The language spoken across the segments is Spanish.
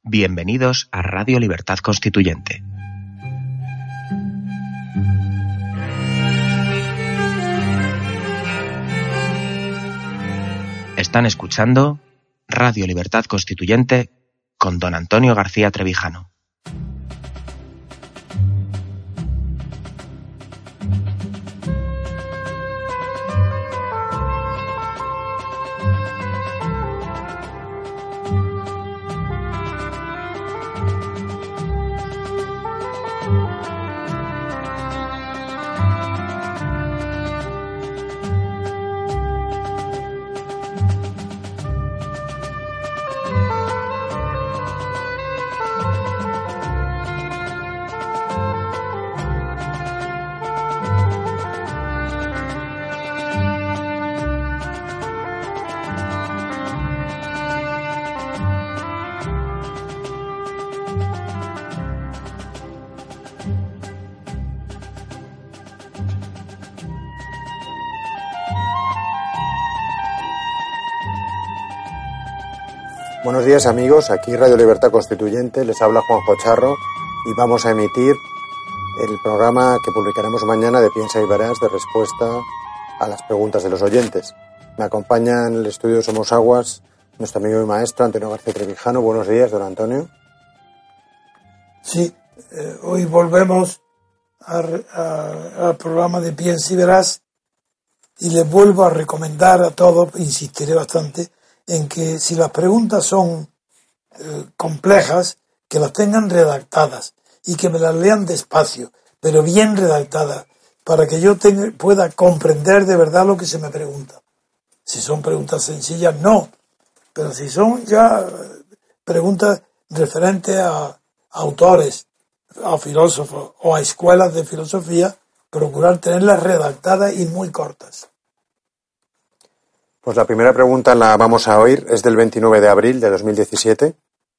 Bienvenidos a Radio Libertad Constituyente. Están escuchando Radio Libertad Constituyente con don Antonio García Trevijano. Buenos días amigos, aquí Radio Libertad Constituyente, les habla Juanjo Charro y vamos a emitir el programa que publicaremos mañana de Piensa y Verás de respuesta a las preguntas de los oyentes. Me acompaña en el estudio Somos Aguas nuestro amigo y maestro Antonio García Trevijano. Buenos días, don Antonio. Sí, hoy volvemos al programa de Piensa y Verás y les vuelvo a recomendar a todos, insistiré bastante, en que si las preguntas son complejas, que las tengan redactadas y que me las lean despacio, pero bien redactadas, para que yo pueda comprender de verdad lo que se me pregunta. Si son preguntas sencillas, no, pero si son ya preguntas referentes a autores, a filósofos o a escuelas de filosofía, procurar tenerlas redactadas y muy cortas. Pues la primera pregunta la vamos a oír, es del 29 de abril de 2017.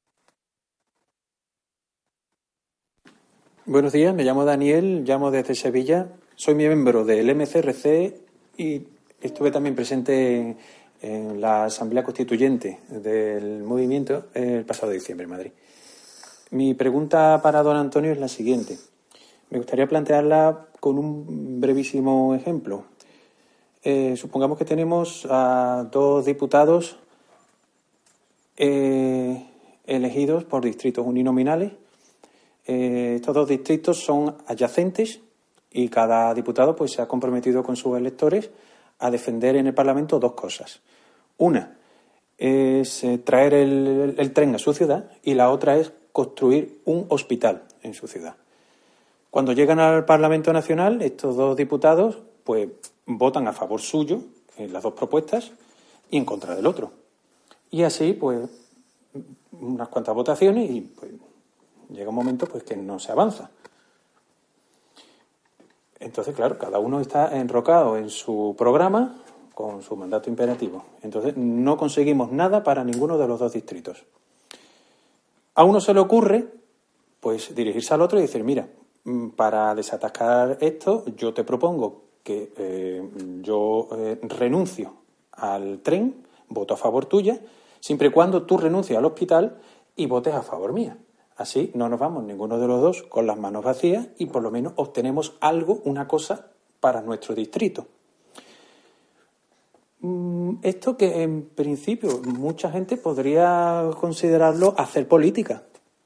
Buenos días, me llamo Daniel, llamo desde Sevilla, soy miembro del MCRC y estuve también presente en la Asamblea Constituyente del movimiento el pasado diciembre en Madrid. Mi pregunta para don Antonio es la siguiente. Me gustaría plantearla con un brevísimo ejemplo. Supongamos que tenemos a dos diputados elegidos por distritos uninominales. Estos dos distritos son adyacentes y cada diputado pues se ha comprometido con sus electores a defender en el Parlamento dos cosas. Una es traer el tren a su ciudad y la otra es construir un hospital en su ciudad. Cuando llegan al Parlamento Nacional, estos dos diputados pues votan a favor suyo en las dos propuestas y en contra del otro. Y así, pues, unas cuantas votaciones y pues llega un momento pues que no se avanza. Entonces, claro, cada uno está enrocado en su programa con su mandato imperativo. Entonces, no conseguimos nada para ninguno de los dos distritos. A uno se le ocurre, pues, dirigirse al otro y decir, mira, para desatascar esto, yo te propongo que yo renuncio al tren, voto a favor tuya, siempre y cuando tú renuncies al hospital y votes a favor mía. Así no nos vamos ninguno de los dos con las manos vacías y por lo menos obtenemos algo, una cosa para nuestro distrito. Esto que en principio mucha gente podría considerarlo hacer política.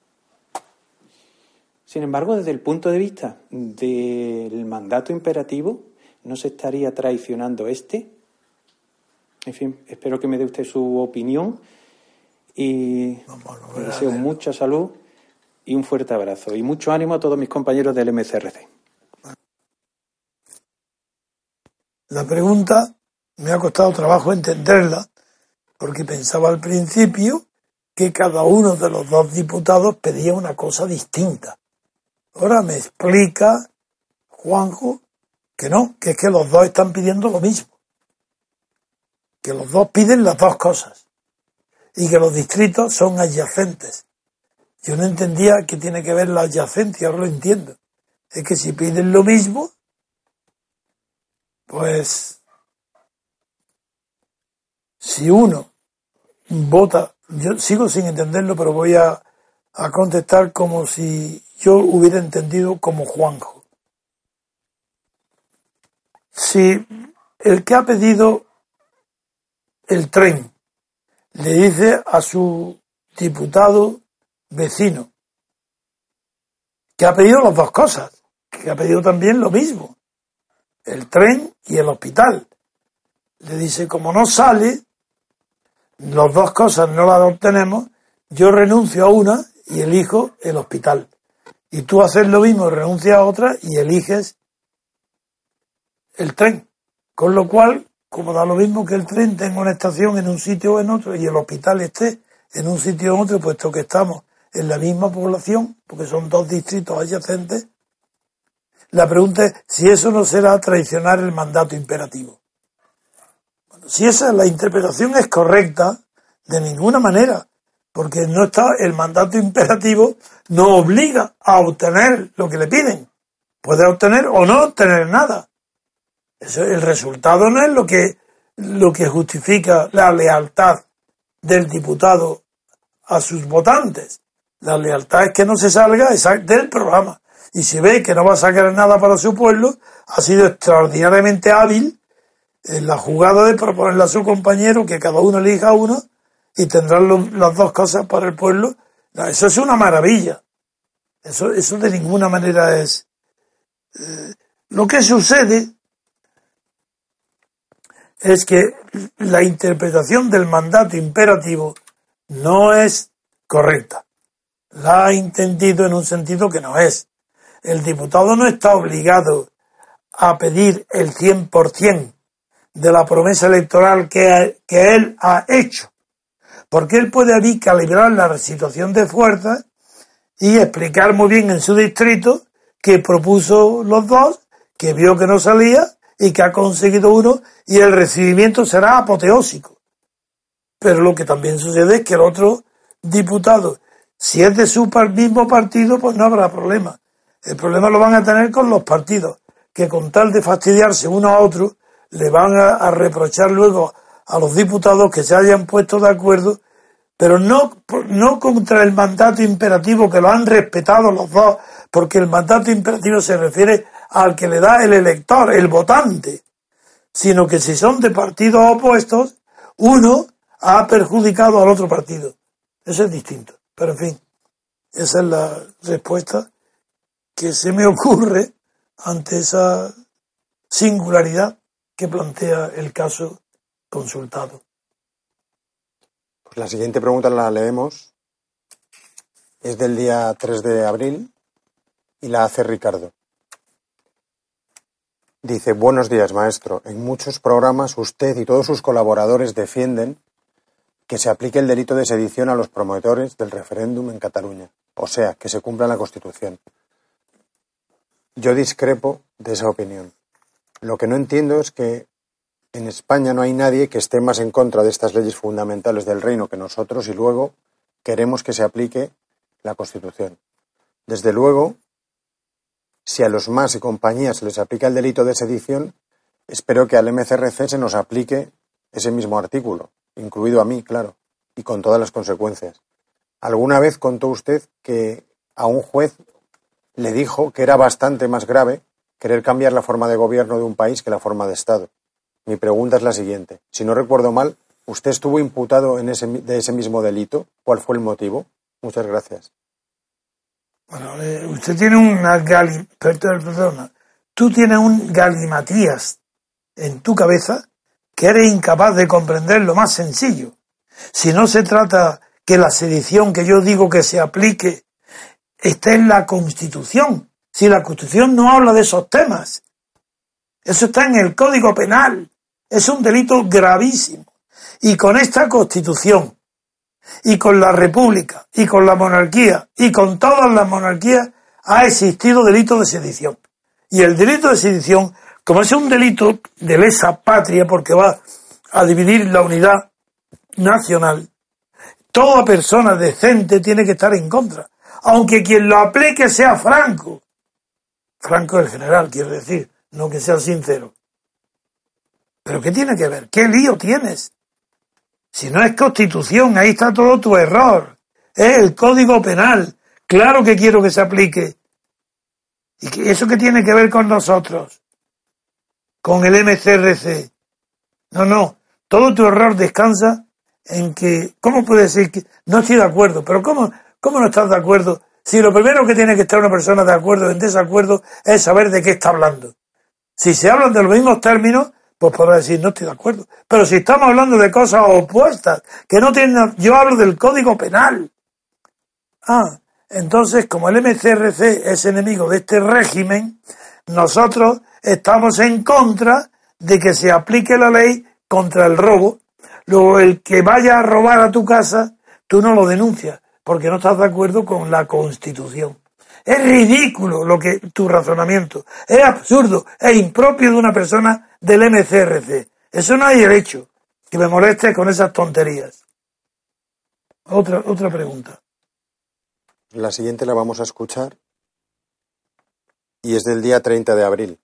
Sin embargo, desde el punto de vista del mandato imperativo, ¿no se estaría traicionando este? En fin, espero que me dé usted su opinión y le deseo mucha salud y un fuerte abrazo. Y mucho ánimo a todos mis compañeros del MCRC. La pregunta me ha costado trabajo entenderla porque pensaba al principio que cada uno de los dos diputados pedía una cosa distinta. Ahora me explica Juanjo que no, que es que los dos están pidiendo lo mismo. Que los dos piden las dos cosas. Y que los distritos son adyacentes. Yo no entendía qué tiene que ver la adyacencia, ahora lo entiendo. Es que si piden lo mismo, pues si uno vota, yo sigo sin entenderlo, pero voy a a contestar como si yo hubiera entendido como Juanjo. Si el que ha pedido el tren le dice a su diputado vecino que ha pedido las dos cosas, que ha pedido también lo mismo, el tren y el hospital, le dice, como no sale, las dos cosas no las obtenemos, yo renuncio a una y elijo el hospital. Y tú haces lo mismo, renuncias a otra y eliges el tren. Con lo cual, como da lo mismo que el tren tenga una estación en un sitio o en otro y el hospital esté en un sitio o en otro, puesto que estamos en la misma población, porque son dos distritos adyacentes, la pregunta es si eso no será traicionar el mandato imperativo. Bueno, si esa la interpretación es correcta, de ninguna manera, porque no está el mandato imperativo, no obliga a obtener lo que le piden. Puede obtener o no obtener nada. Eso, el resultado no es lo que justifica la lealtad del diputado a sus votantes. La lealtad es que no se salga del programa. Y si ve que no va a sacar nada para su pueblo, ha sido extraordinariamente hábil en la jugada de proponerle a su compañero que cada uno elija uno y tendrán las dos cosas para el pueblo. Eso es una maravilla. Eso de ninguna manera es... lo que sucede es que la interpretación del mandato imperativo no es correcta. La ha entendido en un sentido que no es. El diputado no está obligado a pedir el 100% de la promesa electoral que él ha hecho, porque él puede ahí calibrar la situación de fuerza y explicar muy bien en su distrito que propuso los dos, que vio que no salía y que ha conseguido uno, y el recibimiento será apoteósico. Pero lo que también sucede es que el otro diputado, si es de su mismo partido, pues no habrá problema. El problema lo van a tener con los partidos, que con tal de fastidiarse uno a otro, le van a reprochar luego a los diputados que se hayan puesto de acuerdo, pero no contra el mandato imperativo, que lo han respetado los dos, porque el mandato imperativo se refiere al que le da el elector, el votante, sino que si son de partidos opuestos, uno ha perjudicado al otro partido. Eso es distinto. Pero en fin, esa es la respuesta que se me ocurre ante esa singularidad que plantea el caso consultado. Pues la siguiente pregunta la leemos. Es del día 3 de abril y la hace Ricardo. Dice, buenos días, maestro. En muchos programas usted y todos sus colaboradores defienden que se aplique el delito de sedición a los promotores del referéndum en Cataluña. O sea, que se cumpla la Constitución. Yo discrepo de esa opinión. Lo que no entiendo es que en España no hay nadie que esté más en contra de estas leyes fundamentales del reino que nosotros y luego queremos que se aplique la Constitución. Desde luego, si a los MAS y compañías se les aplica el delito de sedición, espero que al MCRC se nos aplique ese mismo artículo, incluido a mí, claro, y con todas las consecuencias. ¿Alguna vez contó usted que a un juez le dijo que era bastante más grave querer cambiar la forma de gobierno de un país que la forma de Estado? Mi pregunta es la siguiente. Si no recuerdo mal, ¿usted estuvo imputado de ese mismo delito? ¿Cuál fue el motivo? Muchas gracias. Bueno, usted tiene tú tienes un galimatías en tu cabeza que eres incapaz de comprender lo más sencillo. Si no se trata que la sedición que yo digo que se aplique esté en la Constitución, si la Constitución no habla de esos temas, eso está en el Código Penal, es un delito gravísimo. Y con esta Constitución, y con la República, y con la monarquía, y con todas las monarquías, ha existido delito de sedición. Y el delito de sedición, como es un delito de lesa patria, porque va a dividir la unidad nacional, toda persona decente tiene que estar en contra, aunque quien lo aplique sea Franco. Franco el general, quiero decir, no que sea sincero. ¿Pero qué tiene que ver? ¿Qué lío tienes? Si no es Constitución, ahí está todo tu error. es el Código Penal. Claro que quiero que se aplique. ¿Y que eso qué tiene que ver con nosotros? Con el MCRC. No. Todo tu error descansa en que, ¿cómo puede decir que no estoy de acuerdo? Pero ¿cómo no estás de acuerdo? Si lo primero que tiene que estar una persona de acuerdo o en desacuerdo es saber de qué está hablando. Si se hablan de los mismos términos, pues podrá decir no estoy de acuerdo. Pero si estamos hablando de cosas opuestas, que no tienen, yo hablo del Código Penal. Entonces, como el MCRC es enemigo de este régimen, nosotros estamos en contra de que se aplique la ley contra el robo. Luego, el que vaya a robar a tu casa, tú no lo denuncias, porque no estás de acuerdo con la Constitución. Es ridículo tu razonamiento. Es absurdo, es impropio de una persona del MCRC. Eso no hay derecho. Que me moleste con esas tonterías. Otra pregunta. La siguiente la vamos a escuchar y es del día 30 de abril.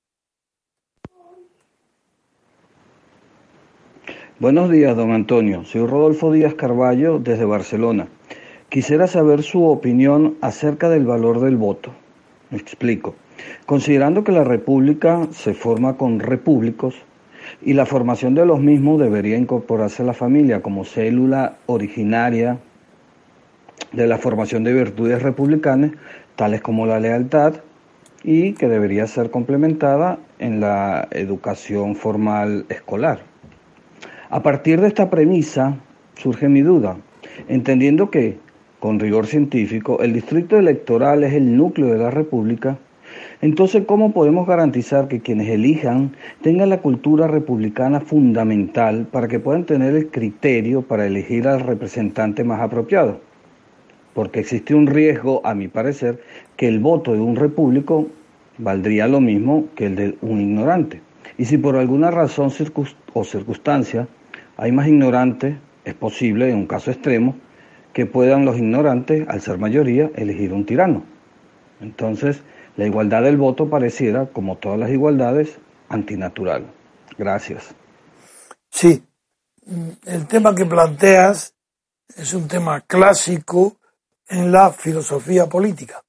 Buenos días, don Antonio. Soy Rodolfo Díaz Carballo desde Barcelona. Quisiera saber su opinión acerca del valor del voto. Me explico. Considerando que la república se forma con repúblicos y la formación de los mismos debería incorporarse a la familia como célula originaria de la formación de virtudes republicanas, tales como la lealtad, y que debería ser complementada en la educación formal escolar. A partir de esta premisa surge mi duda, entendiendo que, con rigor científico, el distrito electoral es el núcleo de la república. Entonces, ¿cómo podemos garantizar que quienes elijan tengan la cultura republicana fundamental para que puedan tener el criterio para elegir al representante más apropiado? Porque existe un riesgo, a mi parecer, que el voto de un repúblico valdría lo mismo que el de un ignorante. Y si por alguna razón o circunstancia hay más ignorantes, es posible, en un caso extremo, que puedan los ignorantes, al ser mayoría, elegir un tirano. Entonces, la igualdad del voto pareciera, como todas las igualdades, antinatural. Gracias. Sí, el tema que planteas es un tema clásico en la filosofía política.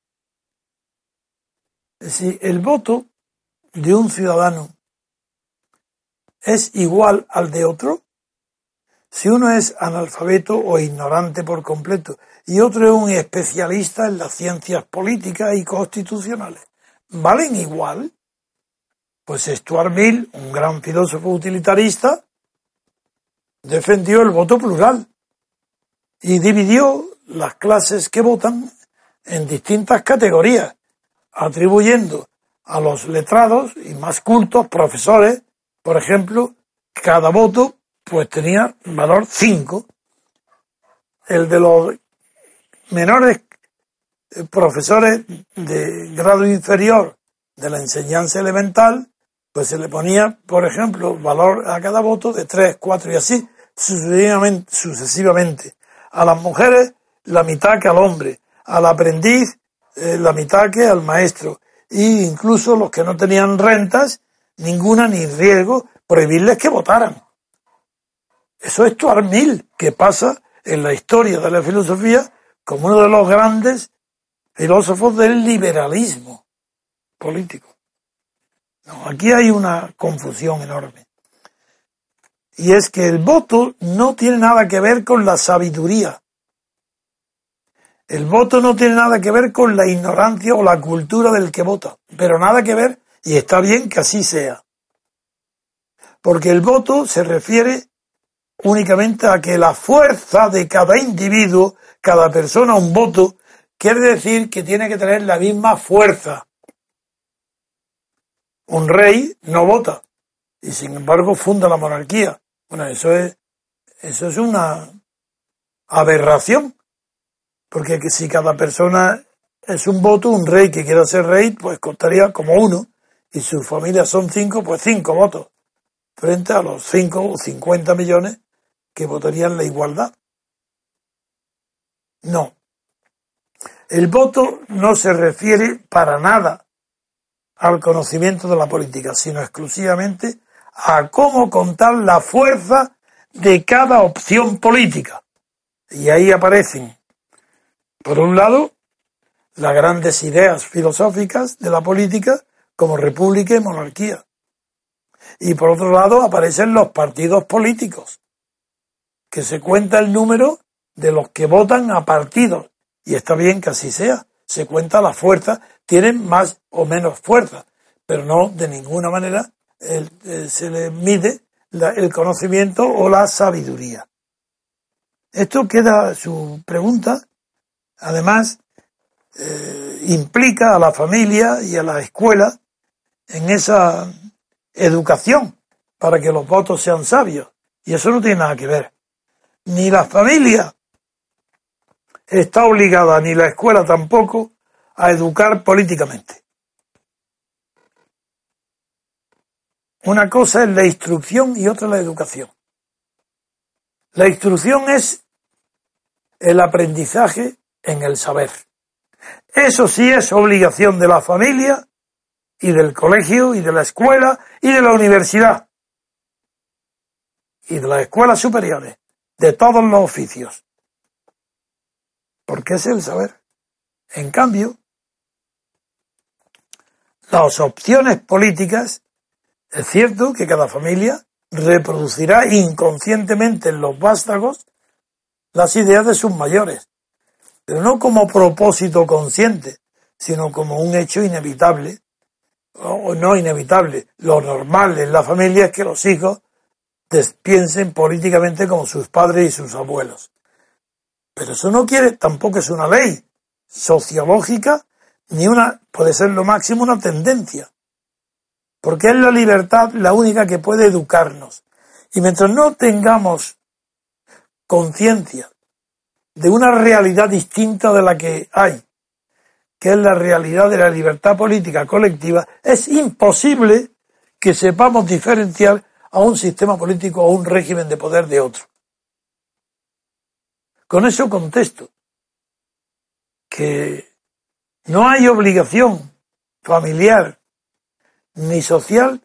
Es decir, el voto de un ciudadano es igual al de otro. Si uno es analfabeto o ignorante por completo y otro es un especialista en las ciencias políticas y constitucionales, ¿valen igual? Pues Stuart Mill, un gran filósofo utilitarista, defendió el voto plural y dividió las clases que votan en distintas categorías, atribuyendo a los letrados y más cultos, profesores, por ejemplo, cada voto pues tenía valor 5. El de los menores profesores de grado inferior de la enseñanza elemental, pues se le ponía, por ejemplo, valor a cada voto de 3, 4 y así sucesivamente. A las mujeres la mitad que al hombre, al aprendiz la mitad que al maestro, e incluso los que no tenían rentas, ninguna ni riesgo, prohibirles que votaran. Eso es Stuart Mill, que pasa en la historia de la filosofía como uno de los grandes filósofos del liberalismo político. No, aquí hay una confusión enorme. Y es que el voto no tiene nada que ver con la sabiduría. El voto no tiene nada que ver con la ignorancia o la cultura del que vota, pero nada que ver, y está bien que así sea. Porque el voto se refiere únicamente a que la fuerza de cada individuo, cada persona un voto, quiere decir que tiene que tener la misma fuerza. Un rey no vota y sin embargo funda la monarquía. Bueno, eso es una aberración, porque si cada persona es un voto, un rey que quiera ser rey, pues contaría como uno, y su familia son 5, pues 5 votos, frente a los 5 o 50 millones que votarían la igualdad. No. El voto no se refiere para nada al conocimiento de la política, sino exclusivamente a cómo contar la fuerza de cada opción política. Y ahí aparecen Por un lado, las grandes ideas filosóficas de la política como república y monarquía. Y por otro lado aparecen los partidos políticos, que se cuenta el número de los que votan a partidos. Y está bien que así sea. Se cuenta la fuerza, tienen más o menos fuerza, pero no de ninguna manera se le mide el conocimiento o la sabiduría. Esto queda, su pregunta, además, implica a la familia y a la escuela en esa educación para que los votos sean sabios. Y eso no tiene nada que ver. Ni la familia está obligada, ni la escuela tampoco, a educar políticamente. Una cosa es la instrucción y otra la educación. La instrucción es el aprendizaje en el saber. Eso sí es obligación de la familia y del colegio y de la escuela y de la universidad y de las escuelas superiores, de todos los oficios. Porque es el saber. En cambio, las opciones políticas, es cierto que cada familia reproducirá inconscientemente en los vástagos las ideas de sus mayores, pero no como propósito consciente, sino como un hecho inevitable, o no inevitable. Lo normal en la familia es que los hijos piensen políticamente como sus padres y sus abuelos. Pero eso no quiere, tampoco es una ley sociológica, ni puede ser lo máximo una tendencia. Porque es la libertad la única que puede educarnos. Y mientras no tengamos conciencia de una realidad distinta de la que hay, que es la realidad de la libertad política colectiva, es imposible que sepamos diferenciar a un sistema político o un régimen de poder de otro. Con eso contesto que no hay obligación familiar ni social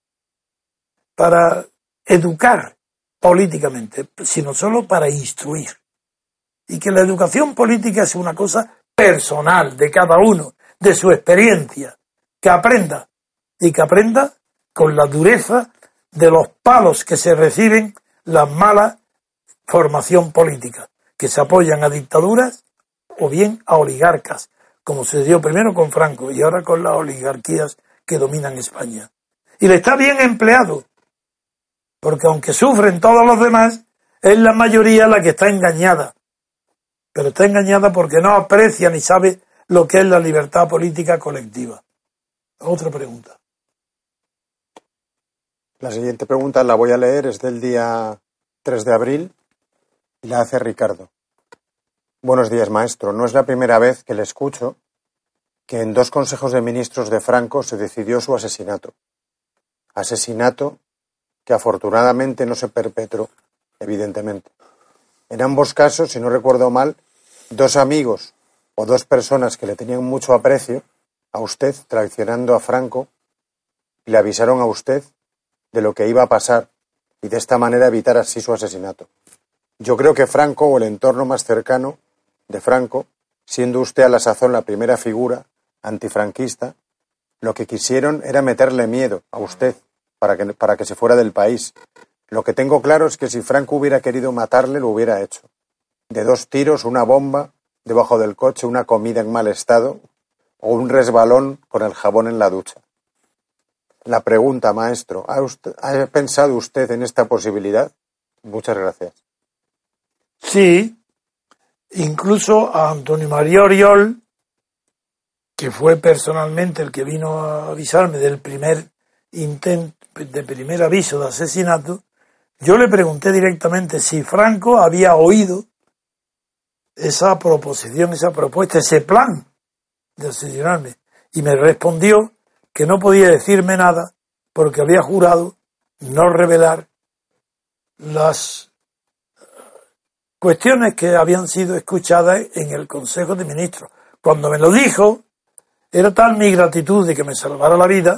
para educar políticamente, sino solo para instruir. Y que la educación política es una cosa personal de cada uno, de su experiencia, que aprenda, y que aprenda con la dureza de los palos que se reciben la mala formación política, que se apoyan a dictaduras o bien a oligarcas, como se dio primero con Franco y ahora con las oligarquías que dominan España. Y le está bien empleado, porque aunque sufren todos los demás, es la mayoría la que está engañada. Pero está engañada porque no aprecia ni sabe lo que es la libertad política colectiva. Otra pregunta. La siguiente pregunta la voy a leer, es del día 3 de abril y la hace Ricardo. Buenos días, maestro. No es la primera vez que le escucho que en 2 consejos de ministros de Franco se decidió su asesinato. Asesinato que afortunadamente no se perpetró, evidentemente. En ambos casos, si no recuerdo mal, 2 amigos o 2 personas que le tenían mucho aprecio a usted, traicionando a Franco, le avisaron a usted de lo que iba a pasar y de esta manera evitar así su asesinato. Yo creo que Franco, o el entorno más cercano de Franco, siendo usted a la sazón la primera figura antifranquista, lo que quisieron era meterle miedo a usted para que se fuera del país. Lo que tengo claro es que si Franco hubiera querido matarle, lo hubiera hecho. De 2 tiros, una bomba debajo del coche, una comida en mal estado o un resbalón con el jabón en la ducha. La pregunta, maestro, ¿ha pensado usted en esta posibilidad? Muchas gracias. Sí, incluso a Antonio María Oriol, que fue personalmente el que vino a avisarme del primer aviso de asesinato, yo le pregunté directamente si Franco había oído esa proposición, esa propuesta, ese plan de asesinarme, y me respondió que no podía decirme nada porque había jurado no revelar las cuestiones que habían sido escuchadas en el Consejo de Ministros. Cuando me lo dijo, era tal mi gratitud de que me salvara la vida,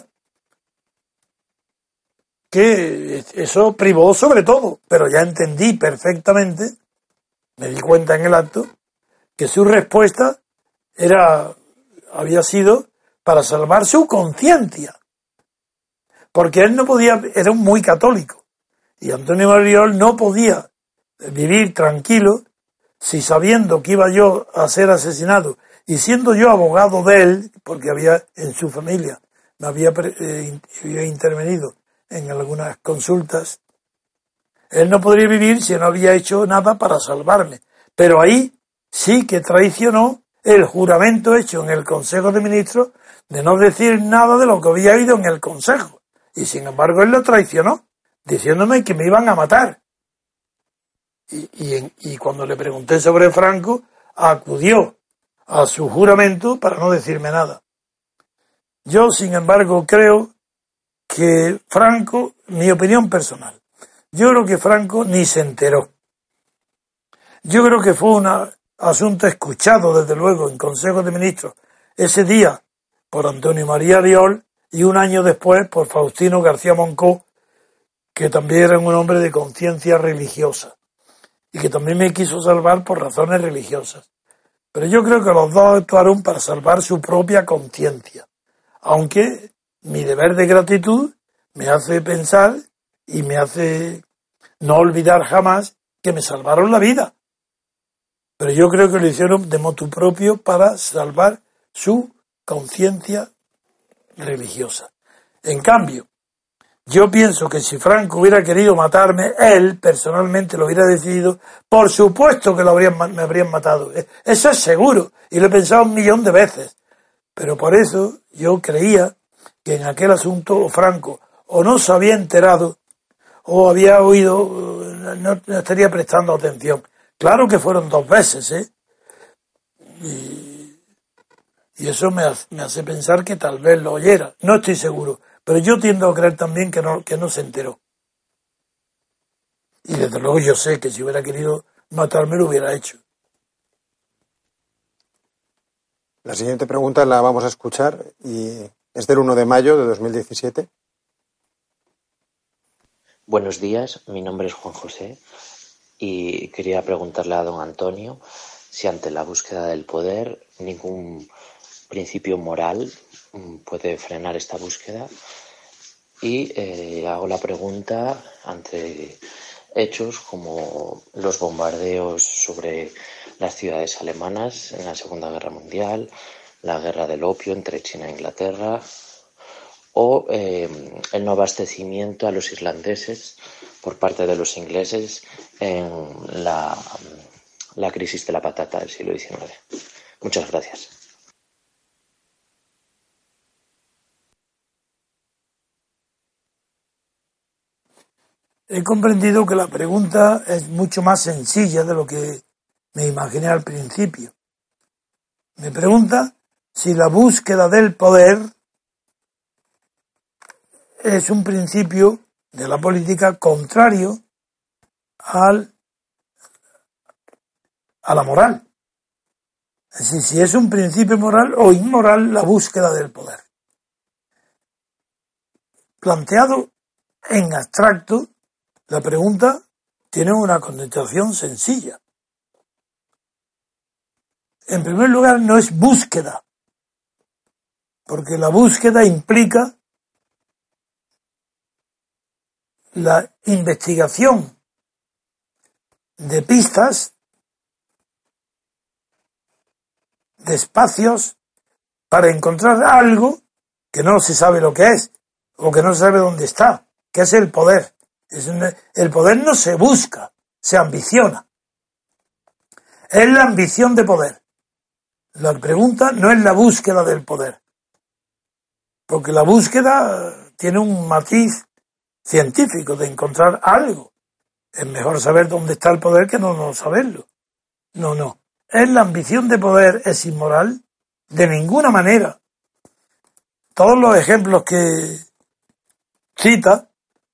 que eso privó sobre todo, pero ya entendí perfectamente, me di cuenta en el acto, que su respuesta había sido para salvar su conciencia. Porque él no podía, era muy católico, y Antonio Mariol no podía vivir tranquilo si, sabiendo que iba yo a ser asesinado y siendo yo abogado de él, porque había en su familia, me había intervenido en algunas consultas, él no podría vivir si no había hecho nada para salvarme. Pero ahí sí que traicionó el juramento hecho en el Consejo de Ministros de no decir nada de lo que había oído en el Consejo. Y sin embargo él lo traicionó, diciéndome que me iban a matar. Y cuando le pregunté sobre Franco, acudió a su juramento para no decirme nada. Yo, sin embargo, creo que Franco, mi opinión personal, yo creo que Franco ni se enteró. Yo creo que fue un asunto escuchado, desde luego, en Consejo de Ministros ese día por Antonio María Oriol y un año después por Faustino García Moncó, que también era un hombre de conciencia religiosa y que también me quiso salvar por razones religiosas. Pero yo creo que los dos actuaron para salvar su propia conciencia, aunque mi deber de gratitud me hace pensar y me hace no olvidar jamás que me salvaron la vida. Pero yo creo que lo hicieron de motu propio para salvar su conciencia religiosa. En cambio, yo pienso que si Franco hubiera querido matarme, él personalmente lo hubiera decidido, por supuesto que me habrían matado. Eso es seguro, y lo he pensado 1.000.000 de veces. Pero por eso yo creía que en aquel asunto Franco o no se había enterado o había oído, no estaría prestando atención. Claro que fueron 2 veces, y eso me hace pensar que tal vez lo oyera. No estoy seguro, pero yo tiendo a creer también que no se enteró. Y desde luego yo sé que si hubiera querido matarme lo hubiera hecho. La siguiente pregunta la vamos a escuchar y es del 1 de mayo de 2017. Buenos días, mi nombre es Juan José y quería preguntarle a don Antonio si ante la búsqueda del poder ningún principio moral puede frenar esta búsqueda, y hago la pregunta ante hechos como los bombardeos sobre las ciudades alemanas en la Segunda Guerra Mundial, la guerra del opio entre China e Inglaterra, o el no abastecimiento a los irlandeses por parte de los ingleses en la crisis de la patata del siglo XIX. Muchas gracias. He comprendido que la pregunta es mucho más sencilla de lo que me imaginé al principio. Me pregunta si la búsqueda del poder es un principio de la política contrario a la moral. Es decir, si es un principio moral o inmoral la búsqueda del poder. Planteado en abstracto, la pregunta tiene una connotación sencilla. En primer lugar, no es búsqueda, porque la búsqueda implica la investigación de pistas, de espacios, para encontrar algo que no se sabe lo que es, o que no se sabe dónde está, que es el poder. El poder no se busca, se ambiciona. Es la ambición de poder. La pregunta no es la búsqueda del poder, porque la búsqueda tiene un matiz científico de encontrar algo. Es mejor saber dónde está el poder que no saberlo. No. ¿Es la ambición de poder es inmoral? De ninguna manera. Todos los ejemplos que cita,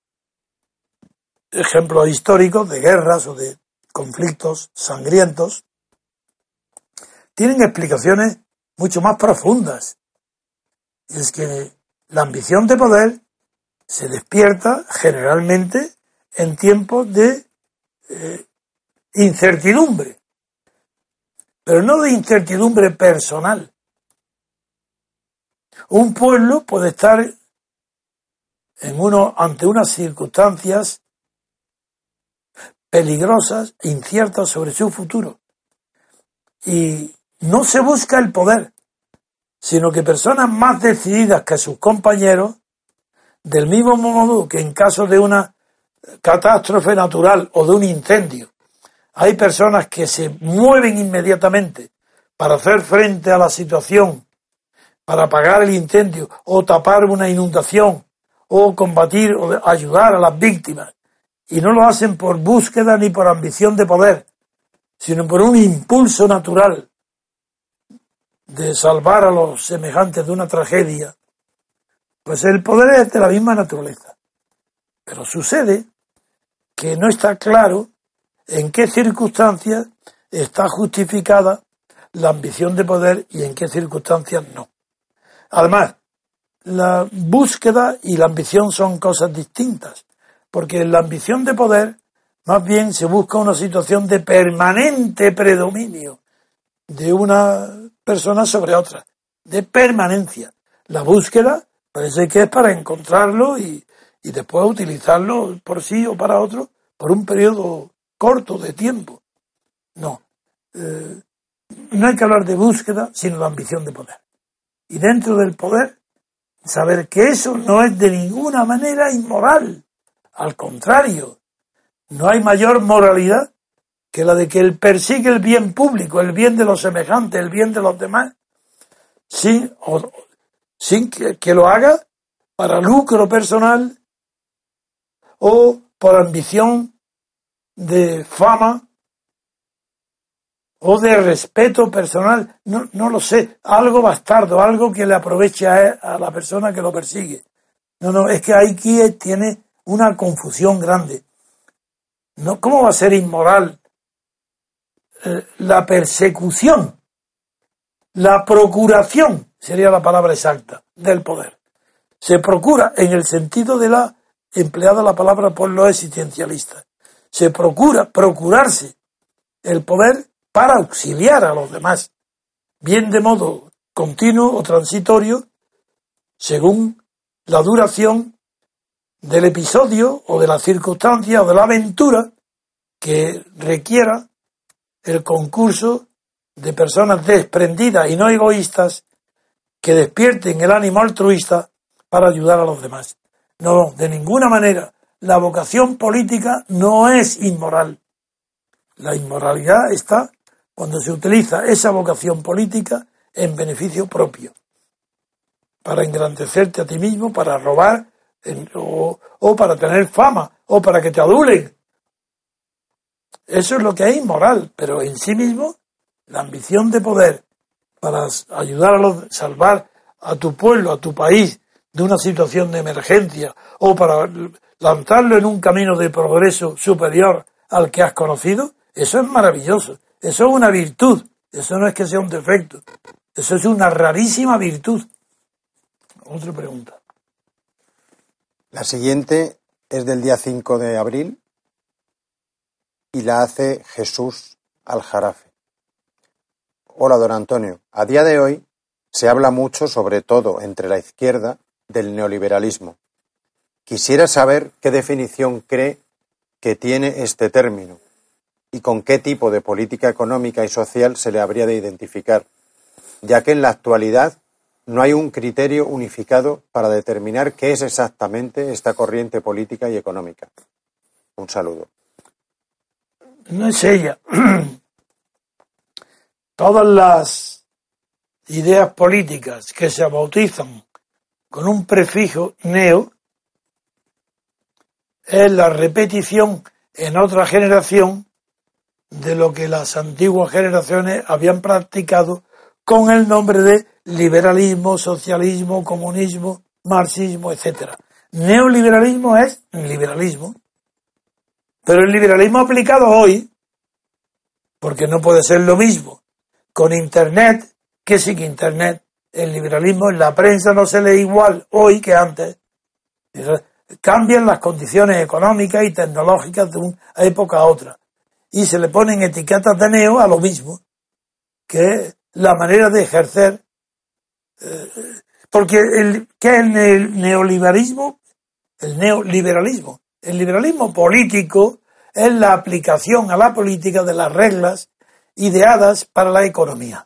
ejemplos históricos de guerras o de conflictos sangrientos, tienen explicaciones mucho más profundas. Y es que la ambición de poder se despierta generalmente en tiempos de incertidumbre. pero no de incertidumbre personal. Un pueblo puede estar ante unas circunstancias peligrosas, inciertas sobre su futuro. Y no se busca el poder, sino que personas más decididas que sus compañeros, del mismo modo que en caso de una catástrofe natural o de un incendio, hay personas que se mueven inmediatamente para hacer frente a la situación, para apagar el incendio o tapar una inundación o combatir o ayudar a las víctimas, y no lo hacen por búsqueda ni por ambición de poder, sino por un impulso natural de salvar a los semejantes de una tragedia. Pues el poder es de la misma naturaleza. Pero sucede que no está claro en qué circunstancias está justificada la ambición de poder y en qué circunstancias no. Además, la búsqueda y la ambición son cosas distintas, porque en la ambición de poder más bien se busca una situación de permanente predominio de una persona sobre otra, de permanencia. La búsqueda parece que es para encontrarlo y después utilizarlo por sí o para otro por un periodo corto de tiempo. No hay que hablar de búsqueda, sino de ambición de poder. Y dentro del poder, saber que eso no es de ninguna manera inmoral. Al contrario, no hay mayor moralidad que la de que él persigue el bien público, el bien de los semejantes, el bien de los demás, sin que lo haga para lucro personal o por ambición de fama o de respeto personal, no lo sé, algo bastardo, algo que le aproveche a la persona que lo persigue. No, es que aquí tiene una confusión grande. No, ¿cómo va a ser inmoral la persecución? La procuración sería la palabra exacta del poder. Se procura en el sentido de la empleada la palabra por los existencialistas. Se procurarse el poder para auxiliar a los demás, bien de modo continuo o transitorio, según la duración del episodio o de la circunstancia o de la aventura que requiera el concurso de personas desprendidas y no egoístas que despierten el ánimo altruista para ayudar a los demás. No, de ninguna manera. La vocación política no es inmoral. La inmoralidad está cuando se utiliza esa vocación política en beneficio propio, para engrandecerte a ti mismo, para robar o para tener fama o para que te adulen. Eso es lo que es inmoral, pero en sí mismo la ambición de poder para ayudar salvar a tu pueblo, a tu país de una situación de emergencia o para lanzarlo en un camino de progreso superior al que has conocido, eso es maravilloso. Eso es una virtud, eso no es que sea un defecto, eso es una rarísima virtud. Otra pregunta. La siguiente es del día 5 de abril y la hace Jesús Aljarafe. Hola, don Antonio. A día de hoy se habla mucho, sobre todo entre la izquierda, del neoliberalismo. Quisiera saber qué definición cree que tiene este término y con qué tipo de política económica y social se le habría de identificar, ya que en la actualidad no hay un criterio unificado para determinar qué es exactamente esta corriente política y económica. Un saludo. No es ella. Todas las ideas políticas que se bautizan con un prefijo neo es la repetición en otra generación de lo que las antiguas generaciones habían practicado con el nombre de liberalismo, socialismo, comunismo, marxismo, etc. Neoliberalismo es liberalismo, pero el liberalismo aplicado hoy, porque no puede ser lo mismo con Internet que sin Internet. El liberalismo en la prensa no se lee igual hoy que antes. Cambian las condiciones económicas y tecnológicas de una época a otra. Y se le ponen etiquetas de neo a lo mismo. que es la manera de ejercer, porque ¿qué es el neoliberalismo? El neoliberalismo. El liberalismo político es la aplicación a la política de las reglas ideadas para la economía.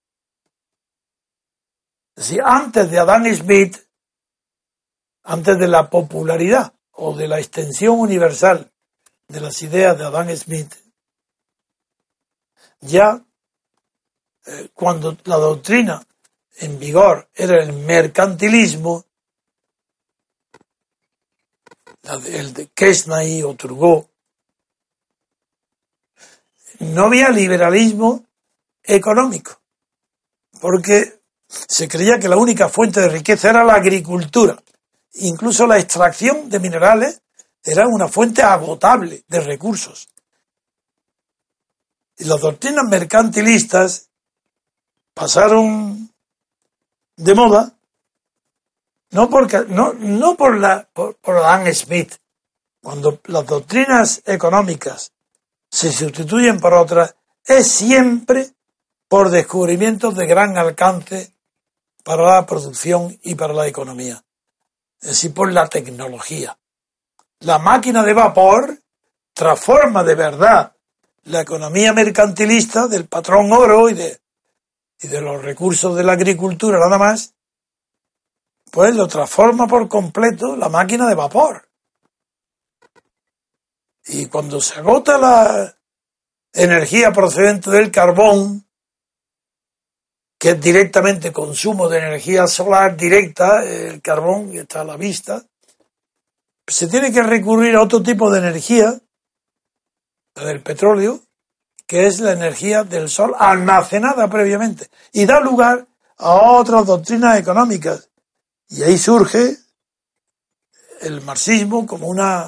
Es decir, antes de Adam Smith, antes de la popularidad o de la extensión universal de las ideas de Adam Smith, ya cuando la doctrina en vigor era el mercantilismo, el de Quesnay o Turgot, no había liberalismo económico, porque se creía que la única fuente de riqueza era la agricultura. Incluso la extracción de minerales era una fuente agotable de recursos. Y las doctrinas mercantilistas pasaron de moda no por Adam Smith. Cuando las doctrinas económicas se sustituyen por otras, es siempre por descubrimientos de gran alcance para la producción y para la economía. Es decir, por la tecnología. La máquina de vapor transforma de verdad la economía mercantilista del patrón oro y de los recursos de la agricultura nada más, pues lo transforma por completo la máquina de vapor. Y cuando se agota la energía procedente del carbón, que es directamente consumo de energía solar directa, el carbón que está a la vista, se tiene que recurrir a otro tipo de energía, la del petróleo, que es la energía del sol almacenada previamente, y da lugar a otras doctrinas económicas. Y ahí surge el marxismo como una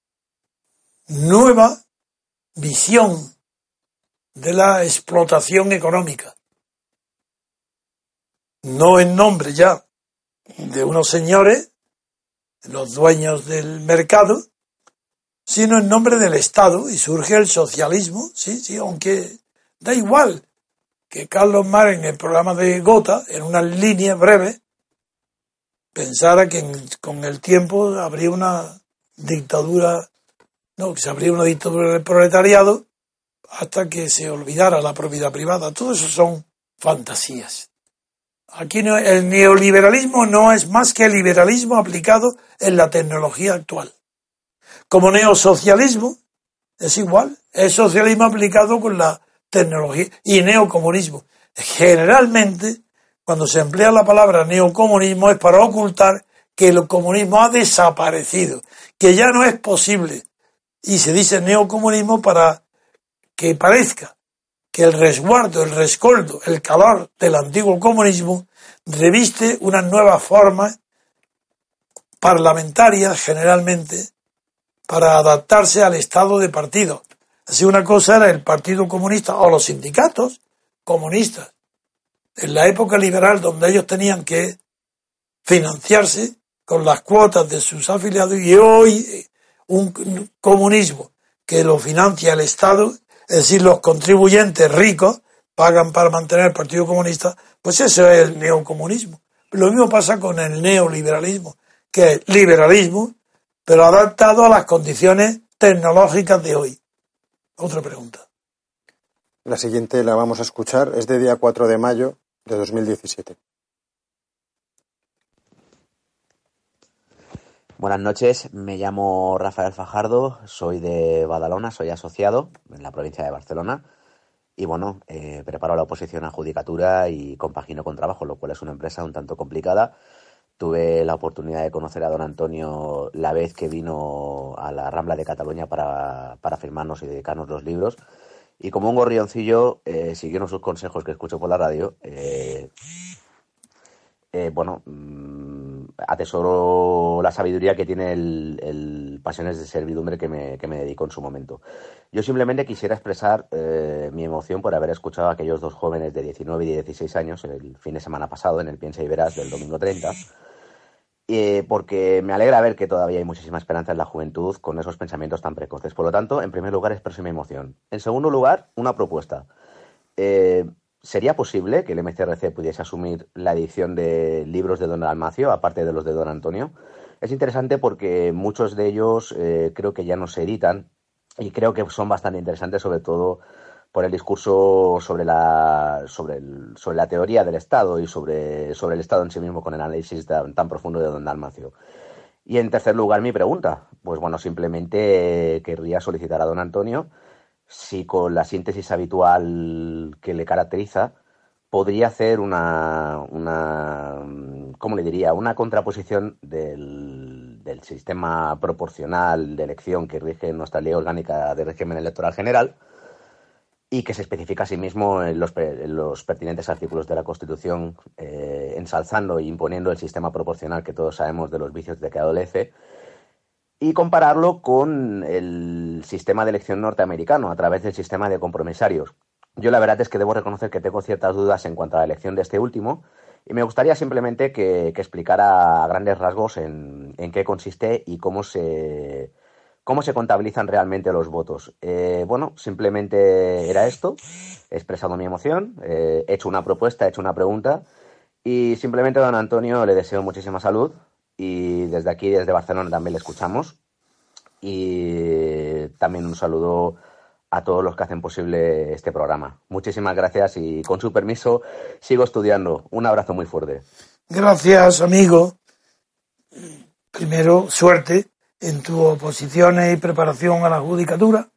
nueva visión de la explotación económica. No en nombre ya de unos señores, los dueños del mercado, sino en nombre del Estado, y surge el socialismo, sí, aunque da igual que Carlos Marx en el programa de Gotha, en unas líneas breves, pensara que con el tiempo habría una dictadura, que se habría una dictadura del proletariado hasta que se olvidara la propiedad privada. Todo eso son fantasías. Aquí el neoliberalismo no es más que el liberalismo aplicado en la tecnología actual. Como neosocialismo es igual, es socialismo aplicado con la tecnología, y neocomunismo. Generalmente, cuando se emplea la palabra neocomunismo es para ocultar que el comunismo ha desaparecido, que ya no es posible, y se dice neocomunismo para que parezca que el resguardo, el rescoldo, el calor del antiguo comunismo reviste unas nuevas formas parlamentarias generalmente para adaptarse al estado de partido. Así una cosa era el Partido Comunista o los sindicatos comunistas en la época liberal, donde ellos tenían que financiarse con las cuotas de sus afiliados, y hoy un comunismo que lo financia el Estado, es decir, los contribuyentes ricos pagan para mantener el Partido Comunista, pues eso es el neocomunismo. Lo mismo pasa con el neoliberalismo, que es liberalismo, pero adaptado a las condiciones tecnológicas de hoy. Otra pregunta. La siguiente la vamos a escuchar, es de día 4 de mayo de 2017. Buenas noches, me llamo Rafael Fajardo, soy de Badalona, soy asociado en la provincia de Barcelona y bueno, preparo la oposición a judicatura y compagino con trabajo, lo cual es una empresa un tanto complicada. Tuve la oportunidad de conocer a don Antonio la vez que vino a la Rambla de Cataluña para firmarnos y dedicarnos los libros, y como un gorrioncillo, siguiendo sus consejos que escucho por la radio, atesoro la sabiduría que tiene el Pasiones de Servidumbre que me dedico en su momento. Yo simplemente quisiera expresar mi emoción por haber escuchado a aquellos dos jóvenes de 19 y 16 años el fin de semana pasado en el Piensa y Verás del domingo 30, porque me alegra ver que todavía hay muchísima esperanza en la juventud con esos pensamientos tan precoces. Por lo tanto, en primer lugar, expreso mi emoción. En segundo lugar, una propuesta. ¿sería posible que el MCRC pudiese asumir la edición de libros de don Dalmacio, aparte de los de don Antonio? Es interesante porque muchos de ellos creo que ya no se editan y creo que son bastante interesantes, sobre todo por el discurso sobre la teoría del Estado y sobre el Estado en sí mismo, con el análisis tan profundo de don Dalmacio. Y en tercer lugar, mi pregunta. Pues bueno, simplemente querría solicitar a don Antonio si con la síntesis habitual que le caracteriza podría hacer ¿cómo le diría? Una contraposición del sistema proporcional de elección que rige nuestra ley orgánica de régimen electoral general y que se especifica asimismo en los pertinentes artículos de la Constitución, ensalzando e imponiendo el sistema proporcional que todos sabemos de los vicios de que adolece, y compararlo con el sistema de elección norteamericano a través del sistema de compromisarios. Yo la verdad es que debo reconocer que tengo ciertas dudas en cuanto a la elección de este último y me gustaría simplemente que explicara a grandes rasgos en qué consiste y cómo se contabilizan realmente los votos. Bueno, simplemente era esto. He expresado mi emoción, he hecho una propuesta, he hecho una pregunta y simplemente a don Antonio le deseo muchísima salud y desde aquí, desde Barcelona, también le escuchamos y también un saludo a todos los que hacen posible este programa. Muchísimas gracias y con su permiso sigo estudiando. Un abrazo muy fuerte. Gracias, amigo. Primero, suerte en tus oposiciones y preparación a la judicatura.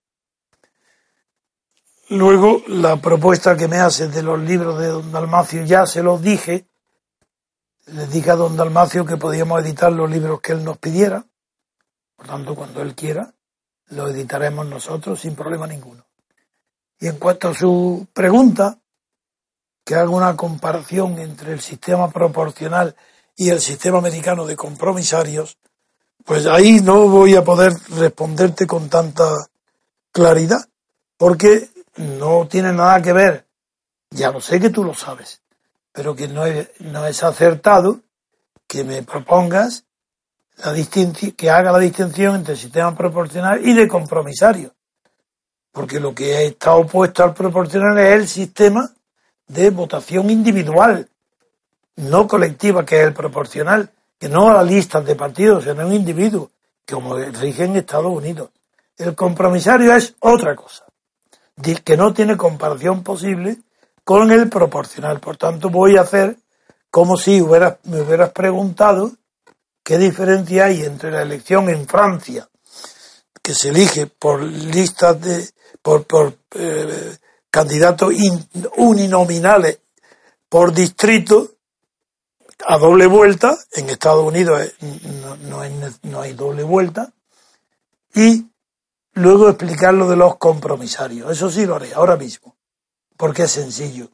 Luego, la propuesta que me haces de los libros de don Dalmacio, ya se los dije. Les dije a don Dalmacio que podíamos editar los libros que él nos pidiera. Por tanto, cuando él quiera, lo editaremos nosotros sin problema ninguno. Y en cuanto a su pregunta, que haga una comparación entre el sistema proporcional y el sistema americano de compromisarios, pues ahí no voy a poder responderte con tanta claridad, porque no tiene nada que ver, ya lo sé que tú lo sabes, pero que no es acertado que me propongas que haga la distinción entre el sistema proporcional y de compromisario, porque lo que está opuesto al proporcional es el sistema de votación individual, no colectiva, que es el proporcional, que no a las listas de partidos, sino a un individuo, como rige en Estados Unidos. El compromisario es otra cosa, que no tiene comparación posible con el proporcional. Por tanto, voy a hacer como si me hubieras preguntado qué diferencia hay entre la elección en Francia, que se elige por listas por candidatos uninominales por distrito a doble vuelta. En Estados Unidos no hay doble vuelta, y luego explicar lo de los compromisarios. Eso sí lo haré ahora mismo, porque es sencillo.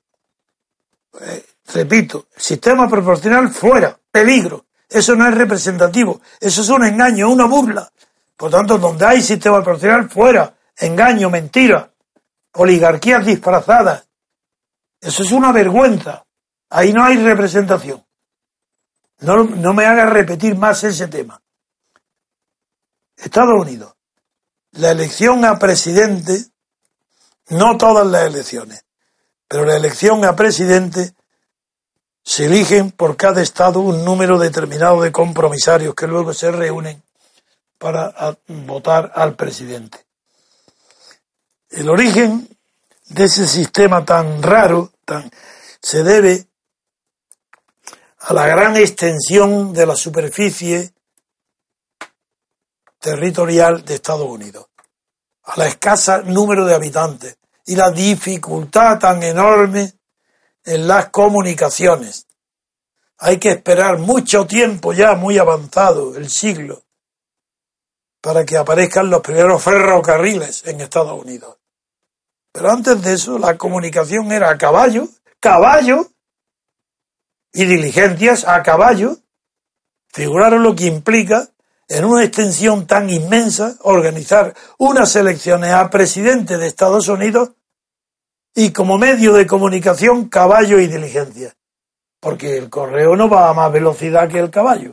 Repito, sistema proporcional fuera, peligro. Eso no es representativo, eso es un engaño, una burla. Por tanto, donde hay sistema proporcional, fuera, engaño, mentira, oligarquías disfrazadas. Eso es una vergüenza. Ahí no hay representación. No me hagas repetir más ese tema. Estados Unidos. La elección a presidente, no todas las elecciones, pero la elección a presidente se eligen por cada estado un número determinado de compromisarios que luego se reúnen para votar al presidente. El origen de ese sistema tan raro se debe a la gran extensión de la superficie territorial de Estados Unidos, a la escasa número de habitantes y la dificultad tan enorme en las comunicaciones. Hay que esperar mucho tiempo, ya muy avanzado el siglo, para que aparezcan los primeros ferrocarriles en Estados Unidos. Pero antes de eso, la comunicación era a caballo, y diligencias a caballo. Figuraron lo que implica, en una extensión tan inmensa, organizar unas elecciones a presidente de Estados Unidos y como medio de comunicación caballo y diligencia. Porque el correo no va a más velocidad que el caballo.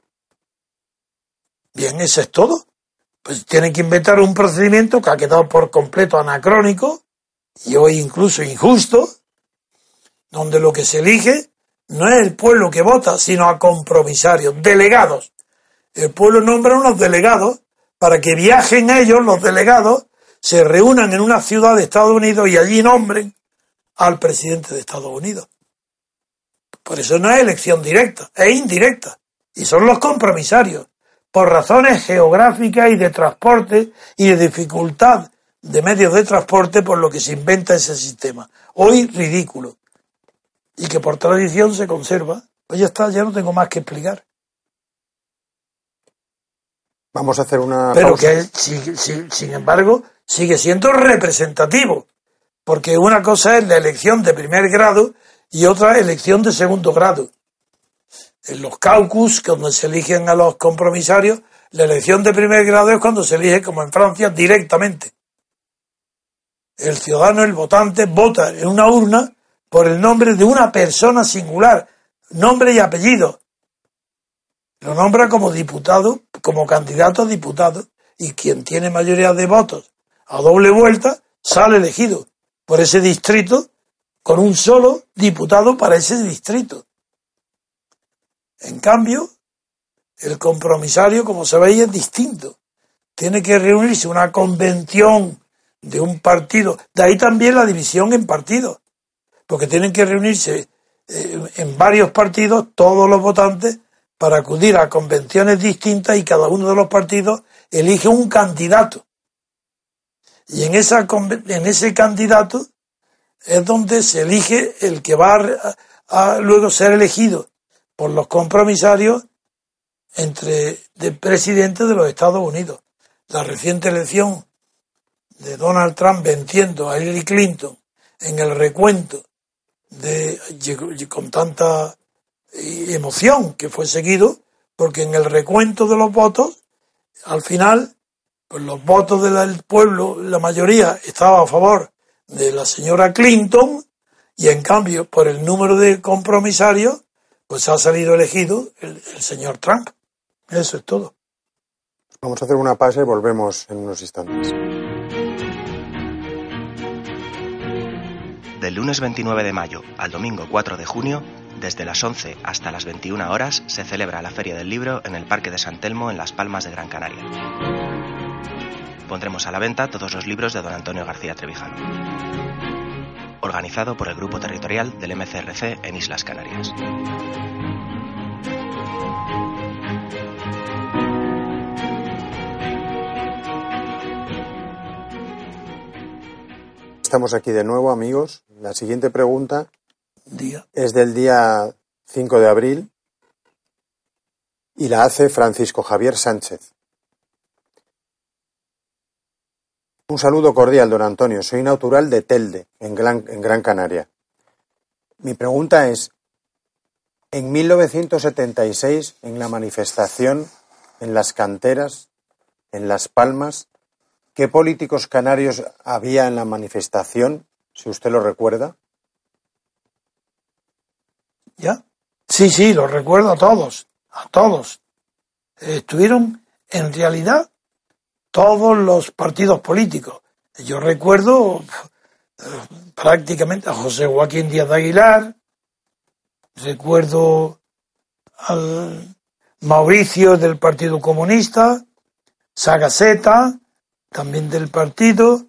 Bien, eso es todo. Pues tienen que inventar un procedimiento que ha quedado por completo anacrónico y hoy incluso injusto, donde lo que se elige no es el pueblo que vota, sino a compromisarios, delegados. El pueblo nombra unos delegados para que viajen ellos, los delegados, se reúnan en una ciudad de Estados Unidos y allí nombren al presidente de Estados Unidos. Por eso no es elección directa, es indirecta. Y son los compromisarios, por razones geográficas y de transporte y de dificultad de medios de transporte, por lo que se inventa ese sistema. Hoy ridículo. Y que por tradición se conserva. Pues ya está, ya no tengo más que explicar. Vamos a hacer una Pero pausa. que, sin embargo, sigue siendo representativo. Porque una cosa es la elección de primer grado y otra elección de segundo grado. En los caucus, donde se eligen a los compromisarios, la elección de primer grado es cuando se elige, como en Francia, directamente. El ciudadano, el votante, vota en una urna por el nombre de una persona singular, nombre y apellido. Lo nombra como diputado, como candidato a diputado, y quien tiene mayoría de votos a doble vuelta sale elegido por ese distrito con un solo diputado para ese distrito. En cambio, el compromisario, como sabéis, es distinto. Tiene que reunirse una convención de un partido. De ahí también la división en partidos. Porque tienen que reunirse en varios partidos todos los votantes para acudir a convenciones distintas y cada uno de los partidos elige un candidato. Y en ese candidato es donde se elige el que va a luego ser elegido por los compromisarios de presidente de los Estados Unidos. La reciente elección de Donald Trump venciendo a Hillary Clinton en el recuento con tanta emoción que fue seguido, porque en el recuento de los votos, al final, pues los votos del pueblo, la mayoría estaba a favor de la señora Clinton, y en cambio, por el número de compromisarios, pues ha salido elegido el señor Trump. Eso es todo. Vamos a hacer una pausa y volvemos en unos instantes. Del lunes 29 de mayo al domingo 4 de junio, desde las 11 hasta las 21 horas, se celebra la Feria del Libro en el Parque de San Telmo, en Las Palmas de Gran Canaria. Pondremos a la venta todos los libros de don Antonio García Trevijano. Organizado por el Grupo Territorial del MCRC en Islas Canarias. Estamos aquí de nuevo, amigos. La siguiente pregunta Diga. es del día 5 de abril y la hace Francisco Javier Sánchez. Un saludo cordial, don Antonio. Soy natural de Telde, en Gran Canaria. Mi pregunta es, en 1976, en la manifestación, en las canteras, en Las Palmas, ¿qué políticos canarios había en la manifestación, si usted lo recuerda? ¿Ya? Sí, los recuerdo a todos. Estuvieron, en realidad, todos los partidos políticos. Yo recuerdo prácticamente a José Joaquín Díaz de Aguilar, recuerdo al Mauricio del Partido Comunista, Sagaseta, también del partido,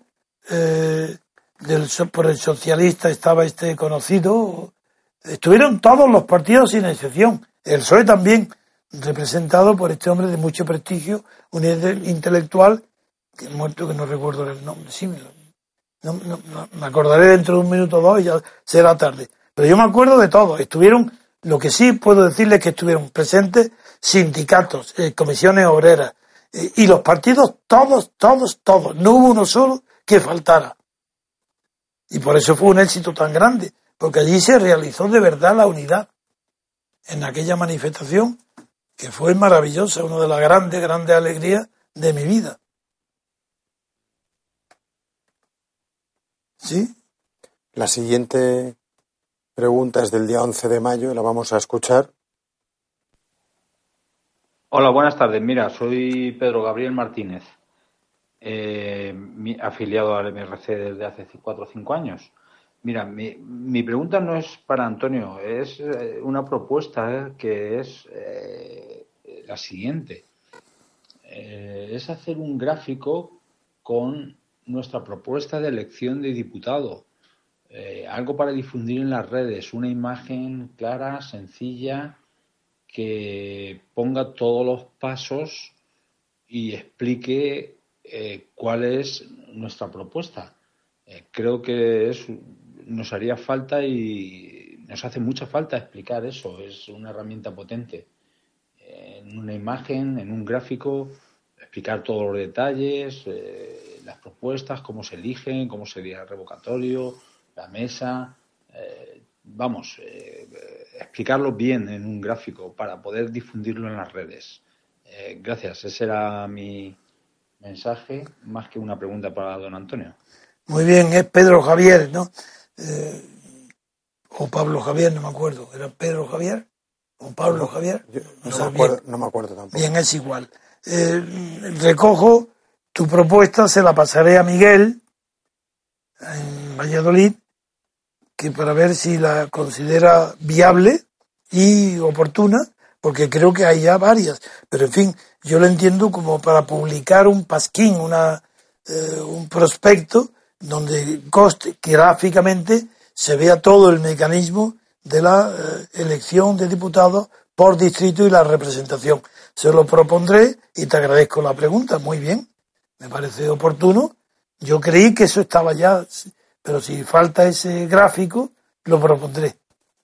por el socialista estaba conocido. Estuvieron todos los partidos sin excepción. El PSOE también, representado por este hombre de mucho prestigio, un intelectual que muerto, que no recuerdo el nombre. Sí, me acordaré dentro de un minuto o dos y ya será tarde. Pero yo me acuerdo de todos. Lo que sí puedo decirles es que estuvieron presentes sindicatos, comisiones obreras, y los partidos todos. No hubo uno solo que faltara. Y por eso fue un éxito tan grande, porque allí se realizó de verdad la unidad en aquella manifestación, que fue maravillosa, una de las grandes alegrías de mi vida. ¿Sí? La siguiente pregunta es del día 11 de mayo, la vamos a escuchar. Hola, buenas tardes. Mira, soy Pedro Gabriel Martínez, afiliado al MRC desde hace 4 o 5 años. Mira, mi pregunta no es para Antonio, es una propuesta que es la siguiente. Es hacer un gráfico con nuestra propuesta de elección de diputado. Algo para difundir en las redes, una imagen clara, sencilla, que ponga todos los pasos y explique cuál es nuestra propuesta. Creo que nos haría falta y nos hace mucha falta explicar eso. Es una herramienta potente. En una imagen, en un gráfico, explicar todos los detalles, las propuestas, cómo se eligen, cómo sería el revocatorio, la mesa. Explicarlo bien en un gráfico para poder difundirlo en las redes. Gracias. Ese era mi mensaje, más que una pregunta para don Antonio. Muy bien, es Pedro Javier, ¿no? O Pablo Javier, no me acuerdo. ¿Era Pedro Javier? ¿O Pablo Javier? No me acuerdo tampoco. Bien, es igual. Recojo tu propuesta, se la pasaré a Miguel en Valladolid, que para ver si la considera viable y oportuna, porque creo que hay ya varias. Pero en fin, yo lo entiendo como para publicar un pasquín, un prospecto donde conste que gráficamente se vea todo el mecanismo de la elección de diputados por distrito y la representación. Se lo propondré y te agradezco la pregunta. Muy bien, me parece oportuno. Yo creí que eso estaba ya, pero si falta ese gráfico, lo propondré.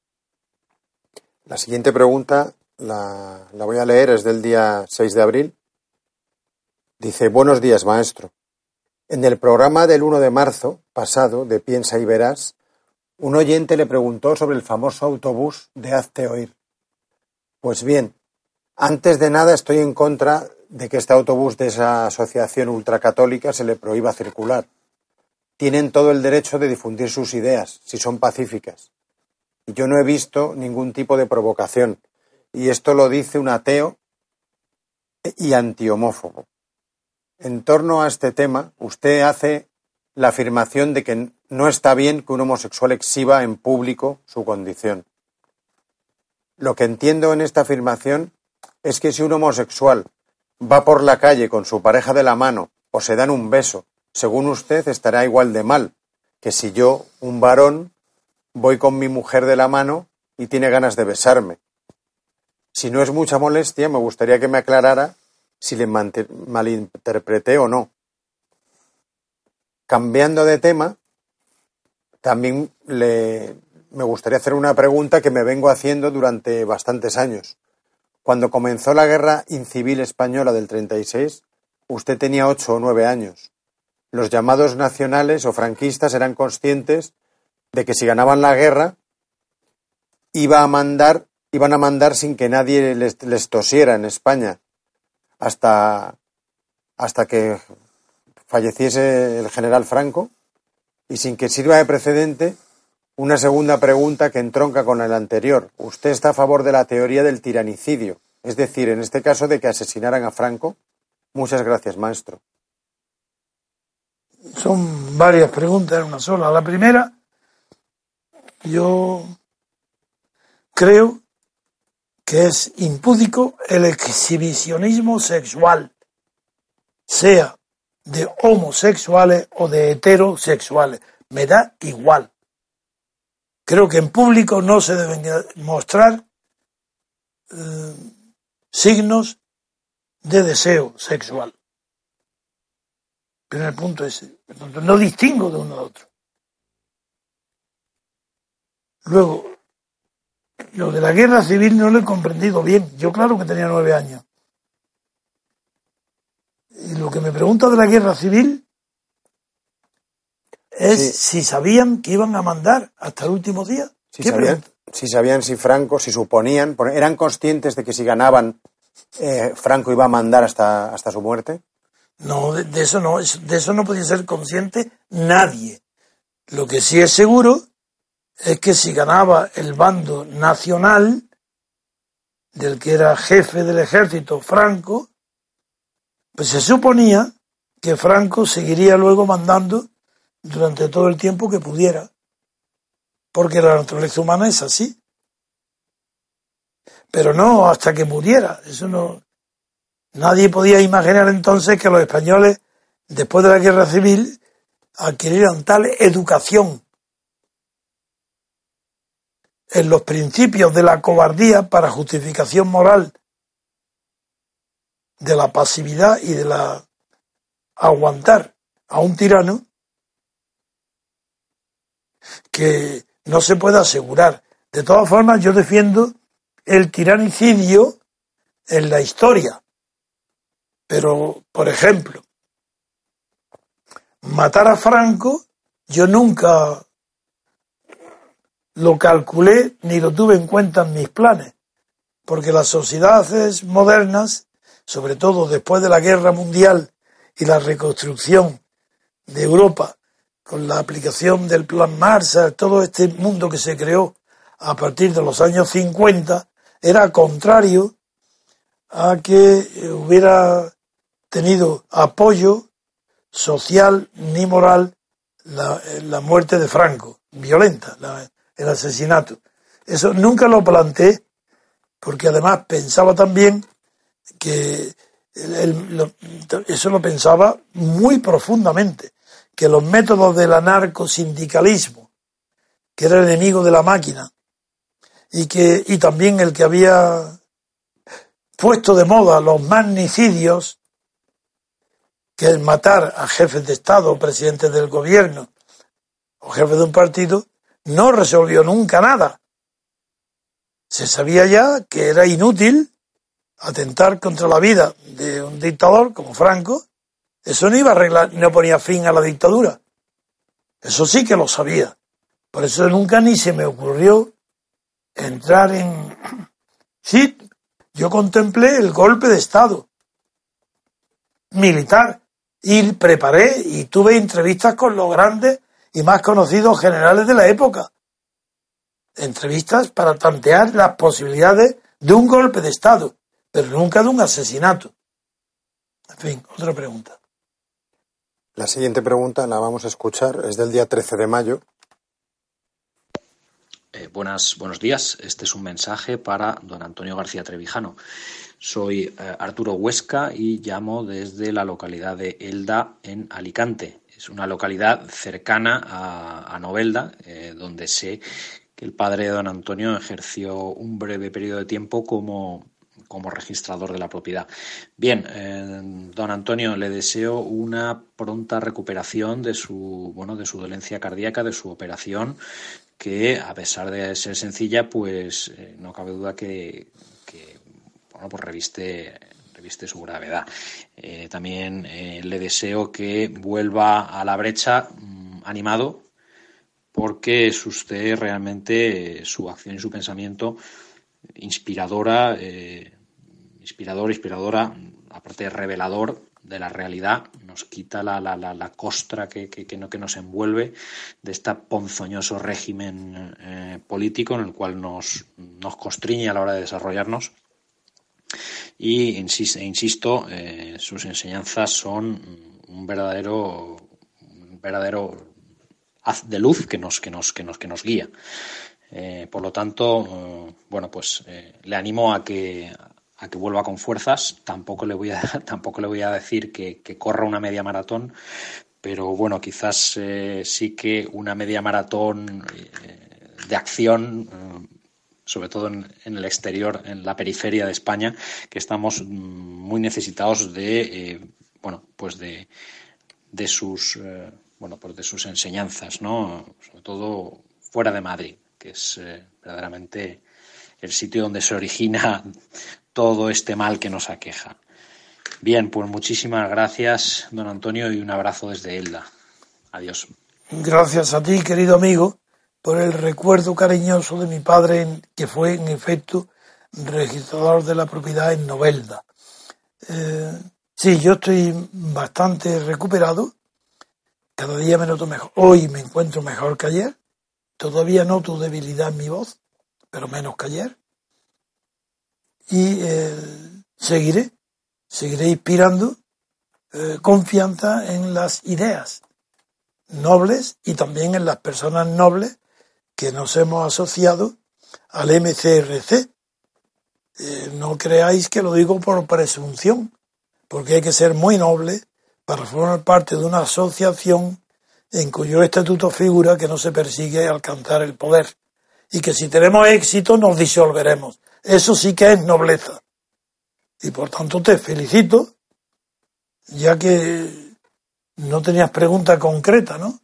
La siguiente pregunta la voy a leer, es del día 6 de abril. Dice: buenos días, maestro. En el programa del 1 de marzo pasado de Piensa y Verás, un oyente le preguntó sobre el famoso autobús de Hazte Oír. Pues bien, antes de nada estoy en contra de que este autobús de esa asociación ultracatólica se le prohíba circular. Tienen todo el derecho de difundir sus ideas, si son pacíficas. Y yo no he visto ningún tipo de provocación. Y esto lo dice un ateo y antihomófobo. En torno a este tema, usted hace la afirmación de que no está bien que un homosexual exhiba en público su condición. Lo que entiendo en esta afirmación es que si un homosexual va por la calle con su pareja de la mano o se dan un beso, según usted estará igual de mal que si yo, un varón, voy con mi mujer de la mano y tiene ganas de besarme. Si no es mucha molestia, me gustaría que me aclarara si le malinterpreté o no. Cambiando de tema, también me gustaría hacer una pregunta que me vengo haciendo durante bastantes años. Cuando comenzó la guerra incivil española del 36, usted tenía 8 o 9 años. Los llamados nacionales o franquistas eran conscientes de que si ganaban la guerra iban a mandar sin que nadie les tosiera en España hasta que falleciese el general Franco, y sin que sirva de precedente, una segunda pregunta que entronca con la anterior. ¿Usted está a favor de la teoría del tiranicidio? Es decir, en este caso, de que asesinaran a Franco. Muchas gracias, maestro. Son varias preguntas en una sola. La primera, yo creo que es impúdico el exhibicionismo sexual, sea de homosexuales o de heterosexuales. Me da igual. Creo que en público no se deben mostrar signos de deseo sexual. Primer punto es, no distingo de uno a otro. Luego, lo de la guerra civil no lo he comprendido bien. Yo claro que tenía 9 años. Y lo que me pregunta de la guerra civil es si sabían que iban a mandar hasta el último día. Si sabían si Franco, si suponían, eran conscientes de que si ganaban Franco iba a mandar hasta su muerte. No, de eso no podía ser consciente nadie. Lo que sí es seguro es que si ganaba el bando nacional, del que era jefe del ejército Franco, pues se suponía que Franco seguiría luego mandando durante todo el tiempo que pudiera. porque la naturaleza humana es así. Pero no hasta que muriera. Eso no. Nadie podía imaginar entonces que los españoles, después de la guerra civil, adquirieran tal educación en los principios de la cobardía para justificación moral de la pasividad y de la aguantar a un tirano, que no se puede asegurar. De todas formas, yo defiendo el tiranicidio en la historia. Pero, por ejemplo, matar a Franco, yo nunca lo calculé ni lo tuve en cuenta en mis planes, porque las sociedades modernas, sobre todo después de la Guerra Mundial y la reconstrucción de Europa, con la aplicación del Plan Marshall, todo este mundo que se creó a partir de los años 50, era contrario a que hubiera tenido apoyo social ni moral la muerte de Franco, violenta, el asesinato. Eso nunca lo planteé, porque además pensaba también que eso lo pensaba muy profundamente, que los métodos del anarcosindicalismo, que era el enemigo de la máquina, y también el que había puesto de moda los magnicidios, que es matar a jefes de Estado o presidentes del gobierno o jefes de un partido, no resolvió nunca nada. Se sabía ya que era inútil atentar contra la vida de un dictador como Franco. Eso no iba a arreglar, no ponía fin a la dictadura. Eso sí que lo sabía. Por eso nunca ni se me ocurrió entrar en... Sí, yo contemplé el golpe de Estado militar y preparé y tuve entrevistas con los grandes y más conocidos generales de la época. Entrevistas para tantear las posibilidades de un golpe de Estado, pero nunca de un asesinato. En fin, otra pregunta. La siguiente pregunta la vamos a escuchar, es del día 13 de mayo. Buenos días. Este es un mensaje para don Antonio García Trevijano. Soy Arturo Huesca y llamo desde la localidad de Elda, en Alicante. Es una localidad cercana a Novelda, donde sé que el padre de don Antonio ejerció un breve periodo de tiempo como registrador de la propiedad. Bien, don Antonio, le deseo una pronta recuperación de su dolencia cardíaca, de su operación, que a pesar de ser sencilla, pues no cabe duda que pues reviste su gravedad. También le deseo que vuelva a la brecha animado, porque es usted realmente, su acción y su pensamiento inspiradora, aparte de revelador de la realidad, nos quita la costra que nos envuelve de este ponzoñoso régimen político en el cual nos constriñe a la hora de desarrollarnos. Y insisto, sus enseñanzas son un verdadero haz de luz que nos guía. Por lo tanto, le animo a que vuelva con fuerzas. Tampoco le voy a decir que corra una media maratón, pero bueno, quizás sí que una media maratón de acción, sobre todo en el exterior, en la periferia de España, que estamos muy necesitados de sus enseñanzas, ¿no? Sobre todo fuera de Madrid, que es verdaderamente el sitio donde se origina todo este mal que nos aqueja. Bien, pues muchísimas gracias, don Antonio, y un abrazo desde Elda. Adiós. Gracias a ti, querido amigo, por el recuerdo cariñoso de mi padre, que fue, en efecto, registrador de la propiedad en Novelda. Sí, yo estoy bastante recuperado. Cada día me noto mejor. Hoy me encuentro mejor que ayer. Todavía noto debilidad en mi voz, pero menos que ayer. Y seguiré inspirando confianza en las ideas nobles y también en las personas nobles que nos hemos asociado al MCRC. No creáis que lo digo por presunción, porque hay que ser muy noble para formar parte de una asociación en cuyo estatuto figura que no se persigue alcanzar el poder y que si tenemos éxito nos disolveremos. Eso sí que es nobleza. Y por tanto te felicito, ya que no tenías pregunta concreta, ¿no?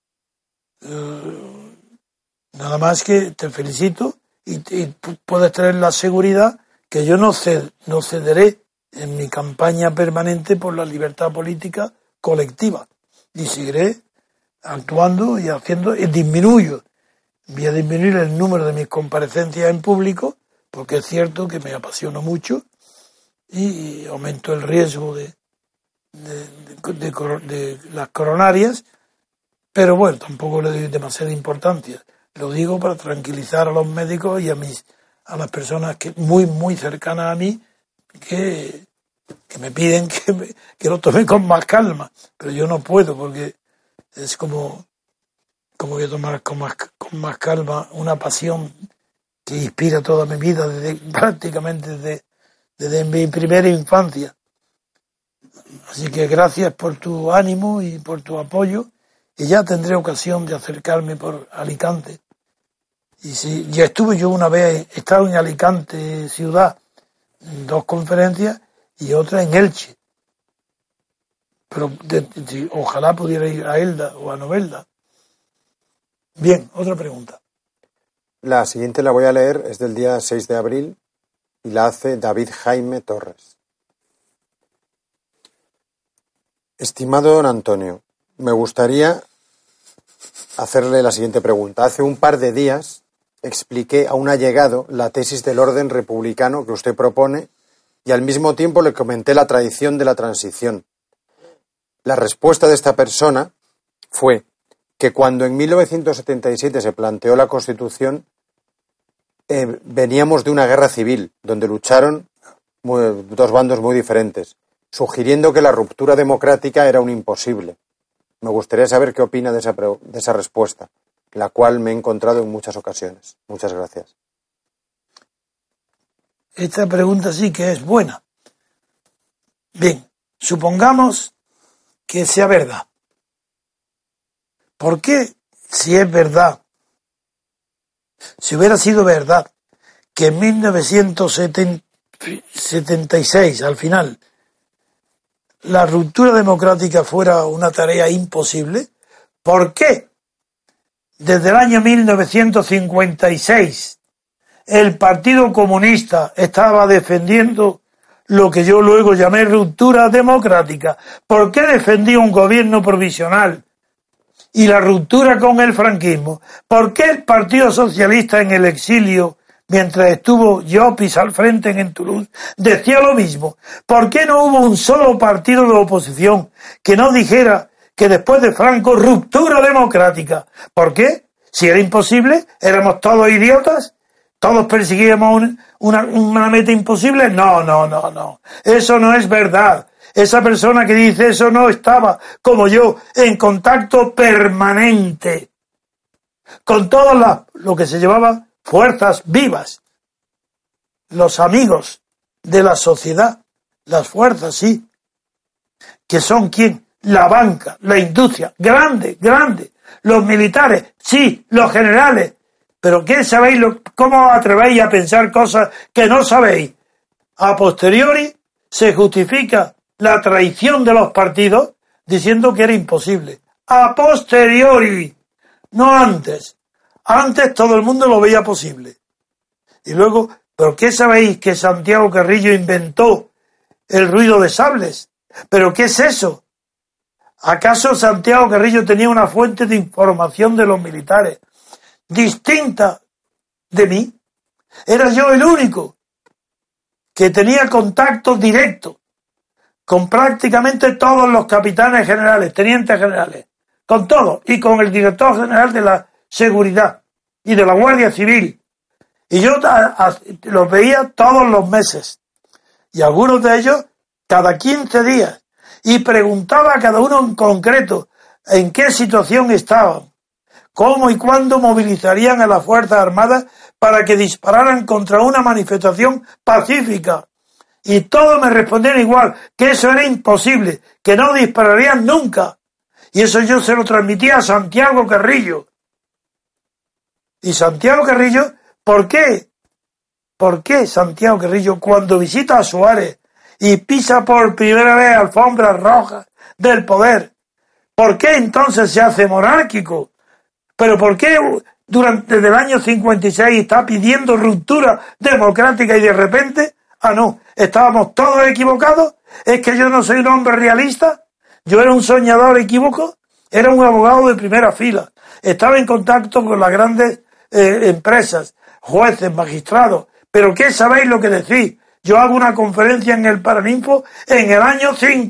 Nada más que te felicito y puedes tener la seguridad que yo no cederé en mi campaña permanente por la libertad política colectiva y seguiré actuando y haciendo, y voy a disminuir el número de mis comparecencias en público, porque es cierto que me apasiono mucho y aumento el riesgo de las coronarias, pero bueno, tampoco le doy demasiada importancia. Lo digo para tranquilizar a los médicos y a las personas que muy cercanas a mí que me piden que lo tome con más calma, pero yo no puedo porque es como voy a tomar con más calma una pasión que inspira toda mi vida prácticamente desde mi primera infancia. Así que gracias por tu ánimo y por tu apoyo, y ya tendré ocasión de acercarme por Alicante. Y si ya estuve yo una vez, he estado en Alicante ciudad, en 2 conferencias y otra en Elche. Pero ojalá pudiera ir a Elda o a Novelda. Bien, otra pregunta. La siguiente la voy a leer, es del día 6 de abril y la hace David Jaime Torres. Estimado don Antonio, me gustaría hacerle la siguiente pregunta. Hace un par de días expliqué a un allegado la tesis del orden republicano que usted propone y al mismo tiempo le comenté la tradición de la transición. La respuesta de esta persona fue que cuando en 1977 se planteó la Constitución, veníamos de una guerra civil, donde lucharon 2 bandos muy diferentes, sugiriendo que la ruptura democrática era un imposible. Me gustaría saber qué opina de esa respuesta, la cual me he encontrado en muchas ocasiones. Muchas gracias. Esta pregunta sí que es buena. Bien, supongamos que sea verdad. ¿Por qué, si es verdad, si hubiera sido verdad que en 1976, al final, la ruptura democrática fuera una tarea imposible? ¿Por qué desde el año 1956 el Partido Comunista estaba defendiendo lo que yo luego llamé ruptura democrática? ¿Por qué defendía un gobierno provisional y la ruptura con el franquismo? ¿Por qué el Partido Socialista en el exilio, mientras estuvo Llopis al frente en Toulouse, decía lo mismo? ¿Por qué no hubo un solo partido de oposición que no dijera que después de Franco, ruptura democrática? ¿Por qué? Si era imposible, éramos todos idiotas, todos perseguíamos una meta imposible. No. Eso no es verdad. Esa persona que dice eso no estaba, como yo, en contacto permanente con todas lo que se llamaba fuerzas vivas, los amigos de la sociedad, las fuerzas, sí, que son ¿quién? La banca, la industria, grande, los militares, sí, los generales. Pero ¿qué sabéis? ¿Cómo atrevéis a pensar cosas que no sabéis? A posteriori se justifica la traición de los partidos diciendo que era imposible. A posteriori, no antes. Antes todo el mundo lo veía posible. Y luego, ¿pero qué sabéis que Santiago Carrillo inventó el ruido de sables? ¿Pero qué es eso? ¿Acaso Santiago Carrillo tenía una fuente de información de los militares distinta de mí? Era yo el único que tenía contacto directo con prácticamente todos los capitanes generales, tenientes generales, con todos, y con el director general de la seguridad y de la Guardia Civil. Y yo los veía todos los meses, y algunos de ellos cada 15 días, y preguntaba a cada uno en concreto en qué situación estaban, cómo y cuándo movilizarían a las Fuerzas Armadas para que dispararan contra una manifestación pacífica. Y todos me respondieron igual, que eso era imposible, que no dispararían nunca. Y eso yo se lo transmití a Santiago Carrillo. Y Santiago Carrillo, ¿por qué? ¿Por qué Santiago Carrillo, cuando visita a Suárez y pisa por primera vez alfombras rojas del poder, por qué entonces se hace monárquico? ¿Pero por qué desde el año 56 está pidiendo ruptura democrática y de repente, no, estábamos todos equivocados? ¿Es que yo no soy un hombre realista? ¿Yo era un soñador equívoco? Era un abogado de primera fila. Estaba en contacto con las grandes empresas, jueces, magistrados. ¿Pero qué sabéis lo que decís? Yo hago una conferencia en el Paraninfo en el año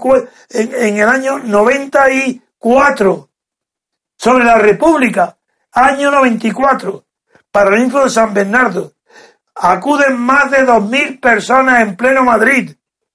94 sobre la República, año 94, Paraninfo de San Bernardo. Acuden más de 2.000 personas en pleno Madrid.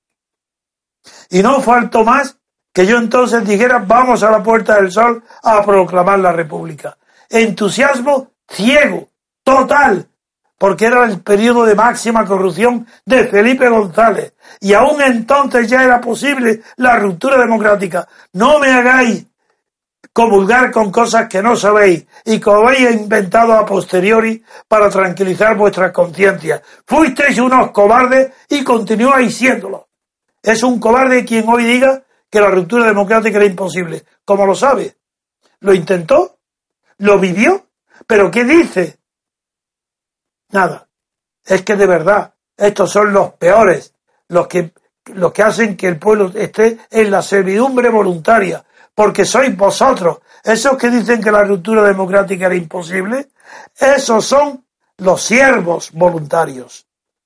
Y no faltó más que yo entonces dijera, vamos a la Puerta del Sol a proclamar la República. Entusiasmo ciego, total, porque era el periodo de máxima corrupción de Felipe González. Y aún entonces ya era posible la ruptura democrática. No me hagáis comulgar con cosas que no sabéis y que habéis inventado a posteriori para tranquilizar vuestras conciencias. Fuisteis unos cobardes y continuáis siéndolo. Es un cobarde quien hoy diga que la ruptura democrática era imposible. ¿Cómo lo sabe? ¿Lo intentó? ¿Lo vivió? ¿Pero qué dice? Nada. Es que de verdad, estos son los peores, los que hacen que el pueblo esté en la servidumbre voluntaria, porque sois vosotros, esos que dicen que la ruptura democrática era imposible, esos son los siervos voluntarios.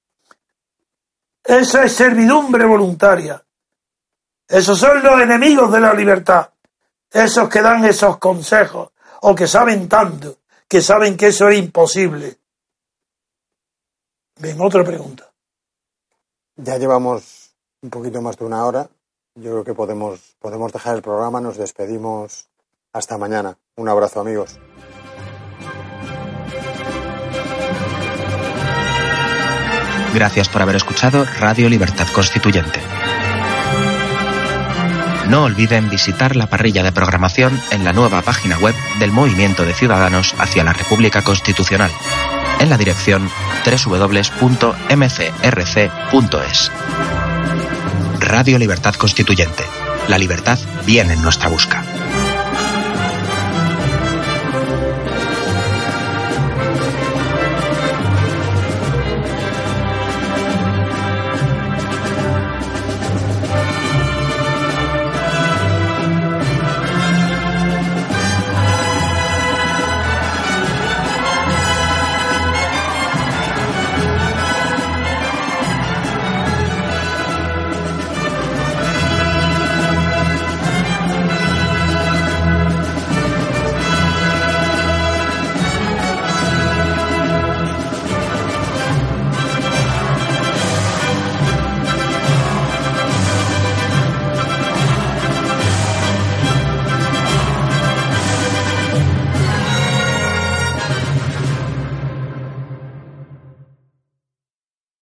Esa es servidumbre voluntaria. Esos son los enemigos de la libertad, esos que dan esos consejos, o que saben tanto, que saben que eso era imposible. Bien, otra pregunta. Ya llevamos un poquito más de una hora. Yo creo que podemos dejar el programa. Nos despedimos hasta mañana. Un abrazo, amigos. Gracias por haber escuchado Radio Libertad Constituyente. No olviden visitar la parrilla de programación en la nueva página web del Movimiento de Ciudadanos hacia la República Constitucional, en la dirección www.mcrc.es. Radio Libertad Constituyente. La libertad viene en nuestra busca.